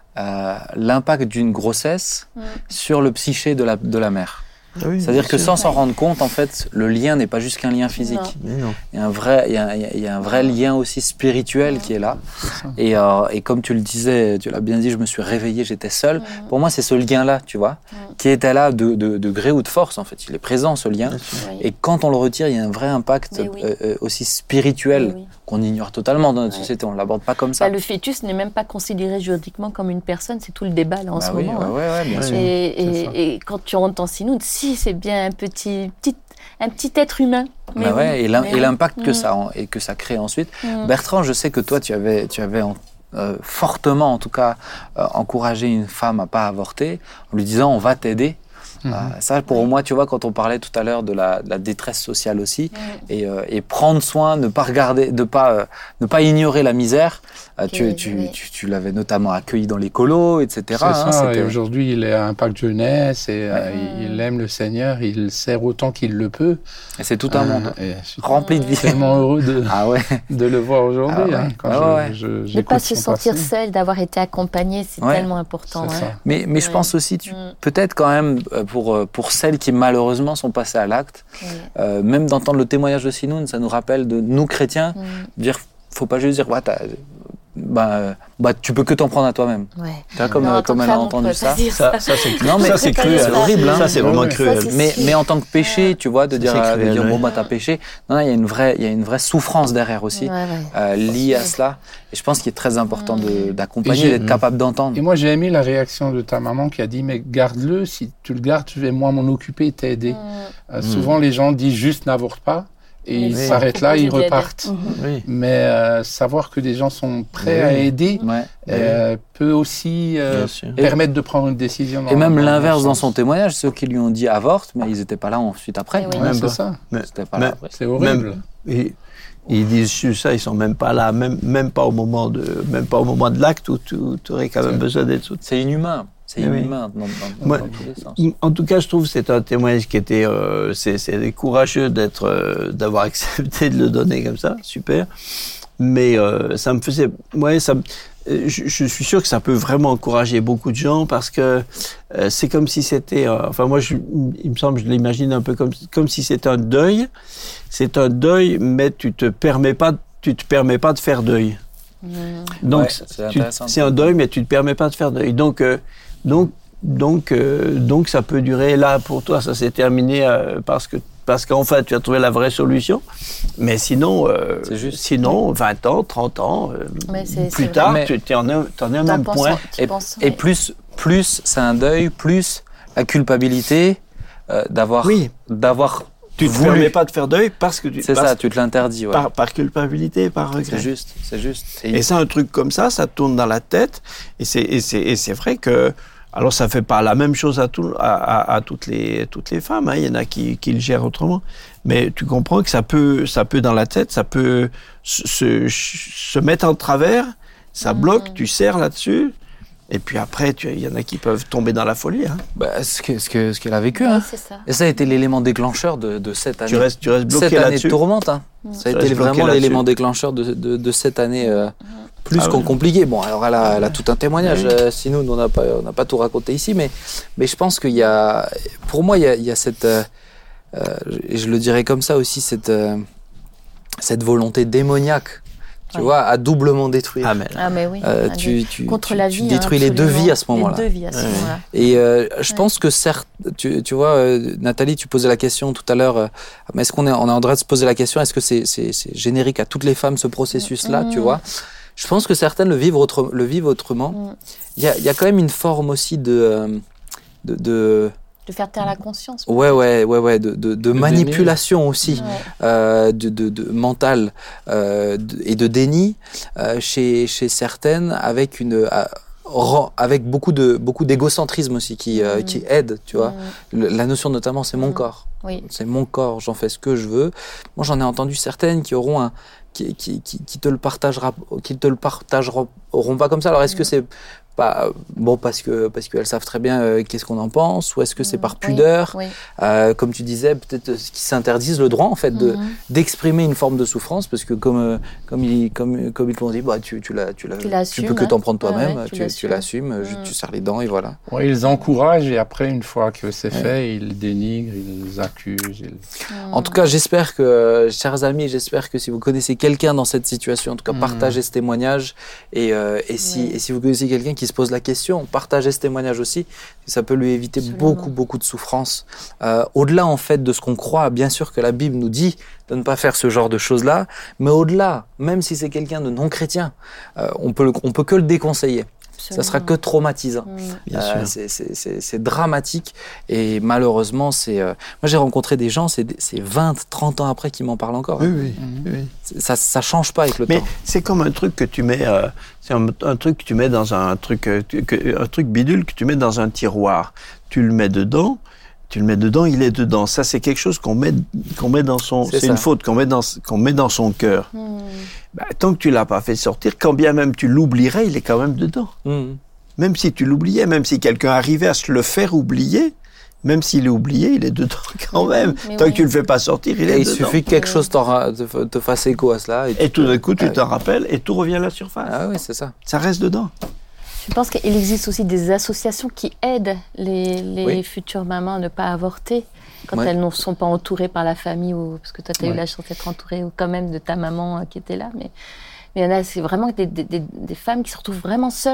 d'une grossesse sur le psyché de la mère. Ah oui, c'est-à-dire que sans s'en rendre compte, en fait, le lien n'est pas juste qu'un lien physique. Non. Il y a un vrai lien aussi spirituel qui est là. Et comme tu le disais, tu l'as bien dit, je me suis réveillée, j'étais seule. Pour moi, c'est ce lien-là, tu vois, qui était là de gré ou de force, en fait. Il est présent, ce lien. Et quand on le retire, il y a un vrai impact aussi spirituel qu'on ignore totalement dans notre société. On ne l'aborde pas comme ça. Le fœtus n'est même pas considéré juridiquement comme une personne. C'est tout le débat là en ce moment. Oui, bien sûr. Et quand tu entends Sinoun, si c'est bien un petit être humain. Et l'impact que ça crée ensuite. Bertrand, je sais que toi, tu avais fortement, en tout cas, encouragé une femme à pas avorter en lui disant on va t'aider. Ça, pour moi, tu vois, quand on parlait tout à l'heure de la détresse sociale aussi, et prendre soin, ne pas regarder, ne pas ignorer la misère. Tu l'avais notamment accueilli dans les colos, etc. C'est ça. Et aujourd'hui, il est à Impact Jeunesse et il aime le Seigneur. Il sert autant qu'il le peut. Et c'est tout un monde rempli de vie. Je suis tellement heureux de le voir aujourd'hui. Ne pas se sentir seul, d'avoir été accompagné, c'est tellement important. Mais je pense aussi, peut-être quand même, pour celles qui malheureusement sont passées à l'acte, même d'entendre le témoignage de Sinoun, ça nous rappelle de nous chrétiens, dire, faut pas juste dire, tu peux que t'en prendre à toi-même. Comme elle a entendu ça. Ça c'est cruel. C'est horrible. Ça c'est vraiment cruel. Mais en tant que péché, tu vois, de dire t'as péché. Non, il y a une vraie souffrance derrière aussi, liée à cela. Et je pense qu'il est très important d'accompagner, d'être capable d'entendre. Et moi, j'ai aimé la réaction de ta maman qui a dit, mais garde-le, si tu le gardes, je vais moi m'en occuper et t'aider. Souvent, les gens disent juste n'avorte pas. Et ils s'arrêtent là, ils repartent. Mais savoir que des gens sont prêts à aider peut aussi permettre de prendre une décision. Et même l'inverse dans son témoignage, ceux qui lui ont dit avorte, mais ils n'étaient pas là ensuite après. C'est ça. C'est horrible. Ils disent ça, ils sont même pas là, même pas au moment de l'acte où tu aurais quand même besoin d'être soutenu. C'est inhumain. C'est inhumain dans tous les sens. En tout cas, je trouve que c'est un témoignage qui était c'est courageux d'avoir accepté de le donner comme ça, super. Mais ça me faisait, je suis sûr que ça peut vraiment encourager beaucoup de gens parce que c'est comme si c'était, il me semble, je l'imagine un peu comme si c'était un deuil. C'est un deuil, mais tu te permets pas de faire deuil. Donc c'est un deuil, mais tu te permets pas de faire deuil. Donc ça peut durer. Là, pour toi, ça s'est terminé parce qu'enfin, tu as trouvé la vraie solution. Mais sinon, 20 ans, 30 ans, plus tard, tu en es au même point. Et plus c'est un deuil, plus la culpabilité d'avoir tu ne te permets pas de faire deuil parce que tu te l'interdis. Par culpabilité, par regret. C'est juste. Et ça, un truc comme ça tourne dans la tête. Et c'est vrai que Alors, ça fait pas la même chose à toutes les femmes. Hein. Il y en a qui le gèrent autrement. Mais tu comprends que ça peut dans la tête, ça peut se mettre en travers. Ça bloque, tu serres là-dessus. Et puis après, il y en a qui peuvent tomber dans la folie. Hein. Bah, ce qu'elle a vécu. Hein. C'est ça. Et ça a été l'élément déclencheur de cette année. Tu restes bloqué cette année là-dessus. de tourmente. Hein. Ça a été vraiment l'élément déclencheur de cette année plus compliquée. Bon, alors elle a tout un témoignage. Sinon, on n'a pas tout raconté ici. Mais je pense qu'il y a... Pour moi, il y a cette... et je le dirais comme ça aussi, cette volonté démoniaque. Tu vois, à doublement détruire. Amen. Ah, mais oui. Contre la vie. Tu détruis les deux vies à ce moment-là. Les deux vies à ce moment-là. Et je pense que certes, tu vois, Nathalie, tu posais la question tout à l'heure, mais est-ce qu'on est en droit de se poser la question, est-ce que c'est générique à toutes les femmes, ce processus-là, tu vois? Je pense que certaines le vivent autrement. Il y a quand même une forme aussi de faire taire la conscience. De manipulation aussi, de mentale et de déni chez certaines, avec beaucoup d'égocentrisme aussi qui aide, tu vois. La notion notamment, c'est mon corps. Oui. C'est mon corps, j'en fais ce que je veux. Moi, j'en ai entendu certaines qui auront qui te le partageront pas comme ça. Alors, est-ce que c'est pas bon parce qu'elles savent très bien qu'est-ce qu'on en pense, ou est-ce que c'est par pudeur, comme tu disais, peut-être qu'ils s'interdisent le droit en fait d'exprimer une forme de souffrance, parce que comme ils l'ont dit, bah tu peux que t'en prendre toi-même, tu l'assumes, tu serres les dents et voilà. Ouais, ils encouragent, et après, une fois que c'est fait, ils dénigrent, ils accusent. En tout cas, j'espère que, chers amis, que si vous connaissez quelqu'un dans cette situation, en tout cas, partagez ce témoignage, et si vous connaissez quelqu'un qui se pose la question, partagez ce témoignage aussi, ça peut lui éviter beaucoup de souffrance. Au-delà en fait de ce qu'on croit, bien sûr que la Bible nous dit de ne pas faire ce genre de choses-là, mais au-delà, même si c'est quelqu'un de non chrétien, on peut que le déconseiller. Ça sera que traumatisant. Bien sûr. C'est dramatique, et malheureusement, moi j'ai rencontré des gens, c'est 20, 30 ans après qui m'en parlent encore. Oui. Ça change pas avec le temps. Mais c'est comme un truc que tu mets, c'est un truc que tu mets dans un truc bidule que tu mets dans un tiroir. Tu le mets dedans, il est dedans. Ça, c'est quelque chose qu'on met dans son. C'est une faute qu'on met dans son cœur. Bah, tant que tu l'as pas fait sortir, quand bien même tu l'oublierais, il est quand même dedans. Même si tu l'oubliais, même si quelqu'un arrivait à se le faire oublier, même s'il est oublié, il est dedans quand même. Tant que tu le fais pas sortir, il est dedans. Il suffit que quelque chose te fasse écho à cela. Et tout d'un coup, tu t'en rappelles et tout revient à la surface. Ah oui, c'est ça. Ça reste dedans. Je pense qu'il existe aussi des associations qui aident les futures mamans à ne pas avorter quand elles ne sont pas entourées par la famille, parce que toi, tu as eu la chance d'être entourée quand même de ta maman qui était là. Mais il y en a, c'est vraiment des femmes qui se retrouvent vraiment seules.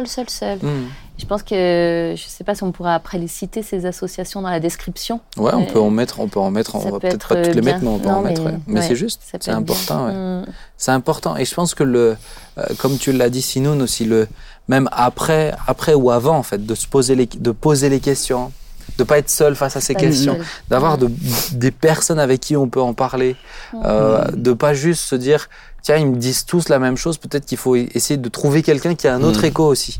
Je pense que, je ne sais pas si on pourra après les citer, ces associations dans la description. Ouais, on peut en mettre, on va peut-être pas toutes les mettre, mais on peut en mettre. Mais c'est juste, c'est important. C'est important. Et je pense que comme tu l'as dit, Sinoun aussi, même après ou avant, en fait, de poser les questions, de pas être seul face à ces questions, d'avoir des personnes avec qui on peut en parler, de pas juste se dire tiens, ils me disent tous la même chose, peut-être qu'il faut essayer de trouver quelqu'un qui a un autre écho aussi,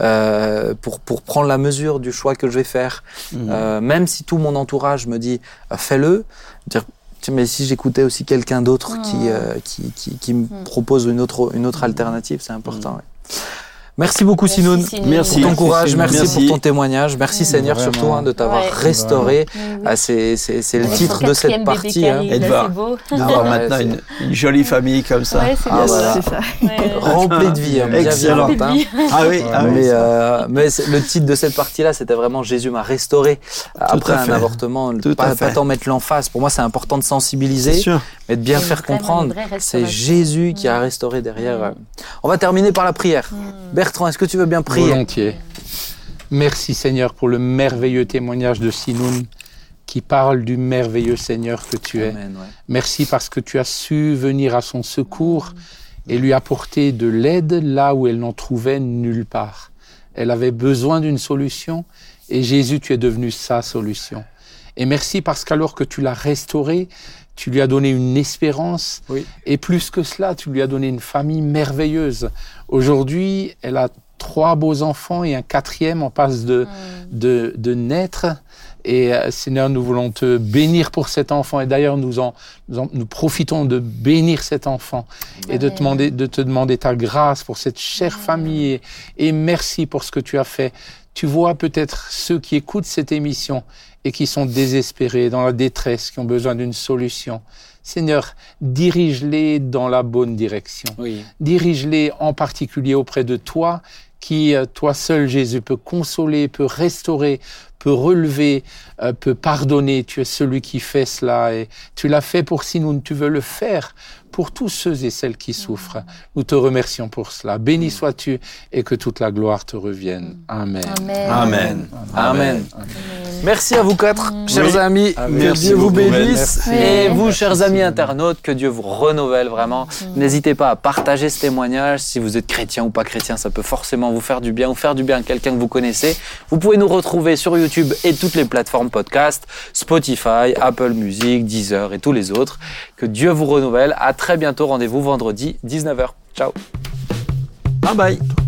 pour prendre la mesure du choix que je vais faire. Même si tout mon entourage me dit fais-le, dire tiens, mais si j'écoutais aussi quelqu'un d'autre qui me propose une autre alternative, c'est important. Merci beaucoup, Sinoun. Merci pour ton courage, merci pour ton témoiage. Merci Seigneur surtout de t'avoir restauré. C'est le titre de cette partie. Et de voir maintenant une jolie famille comme ça. C'est ça. Remplie de vie, bien vivante. Mais le titre de cette partie-là, c'était vraiment Jésus m'a restauré après un avortement. Pas tant mettre l'emphase. Pour moi, c'est important de sensibiliser, mais de bien faire comprendre. C'est Jésus qui a restauré derrière. On va terminer par la prière. Bertrand, est-ce que tu veux bien prier? Volontiers. Merci Seigneur pour le merveilleux témoignage de Sinoun qui parle du merveilleux Seigneur que tu es. Amen, Merci parce que tu as su venir à son secours et lui apporter de l'aide là où elle n'en trouvait nulle part. Elle avait besoin d'une solution et Jésus, tu es devenu sa solution. Et merci parce qu'alors que tu l'as restaurée, tu lui as donné une espérance, et plus que cela, tu lui as donné une famille merveilleuse. Aujourd'hui, elle a 3 beaux enfants et un 4e en passe de naître. Et Seigneur, nous voulons te bénir pour cet enfant. Et d'ailleurs, nous profitons de bénir cet enfant et de te demander ta grâce pour cette chère famille. Et merci pour ce que tu as fait. Tu vois peut-être ceux qui écoutent cette émission et qui sont désespérés, dans la détresse, qui ont besoin d'une solution. Seigneur, dirige-les dans la bonne direction. Oui. Dirige-les en particulier auprès de toi, qui, toi seul, Jésus, peut consoler, peut restaurer, peut relever, peut pardonner. Tu es celui qui fait cela et tu l'as fait pour si tu veux le faire pour tous ceux et celles qui souffrent. Nous te remercions pour cela. Béni sois-tu et que toute la gloire te revienne. Amen. Amen. Amen. Amen. Merci à vous 4, chers amis. Que Dieu vous bénisse. Et vous, chers amis internautes, que Dieu vous renouvelle vraiment. N'hésitez pas à partager ce témoignage. Si vous êtes chrétien ou pas chrétien, ça peut forcément vous faire du bien ou faire du bien à quelqu'un que vous connaissez. Vous pouvez nous retrouver sur YouTube et toutes les plateformes podcast, Spotify, Apple Music, Deezer et tous les autres. Que Dieu vous renouvelle. À très bientôt. Rendez-vous vendredi 19h. Ciao. Bye bye.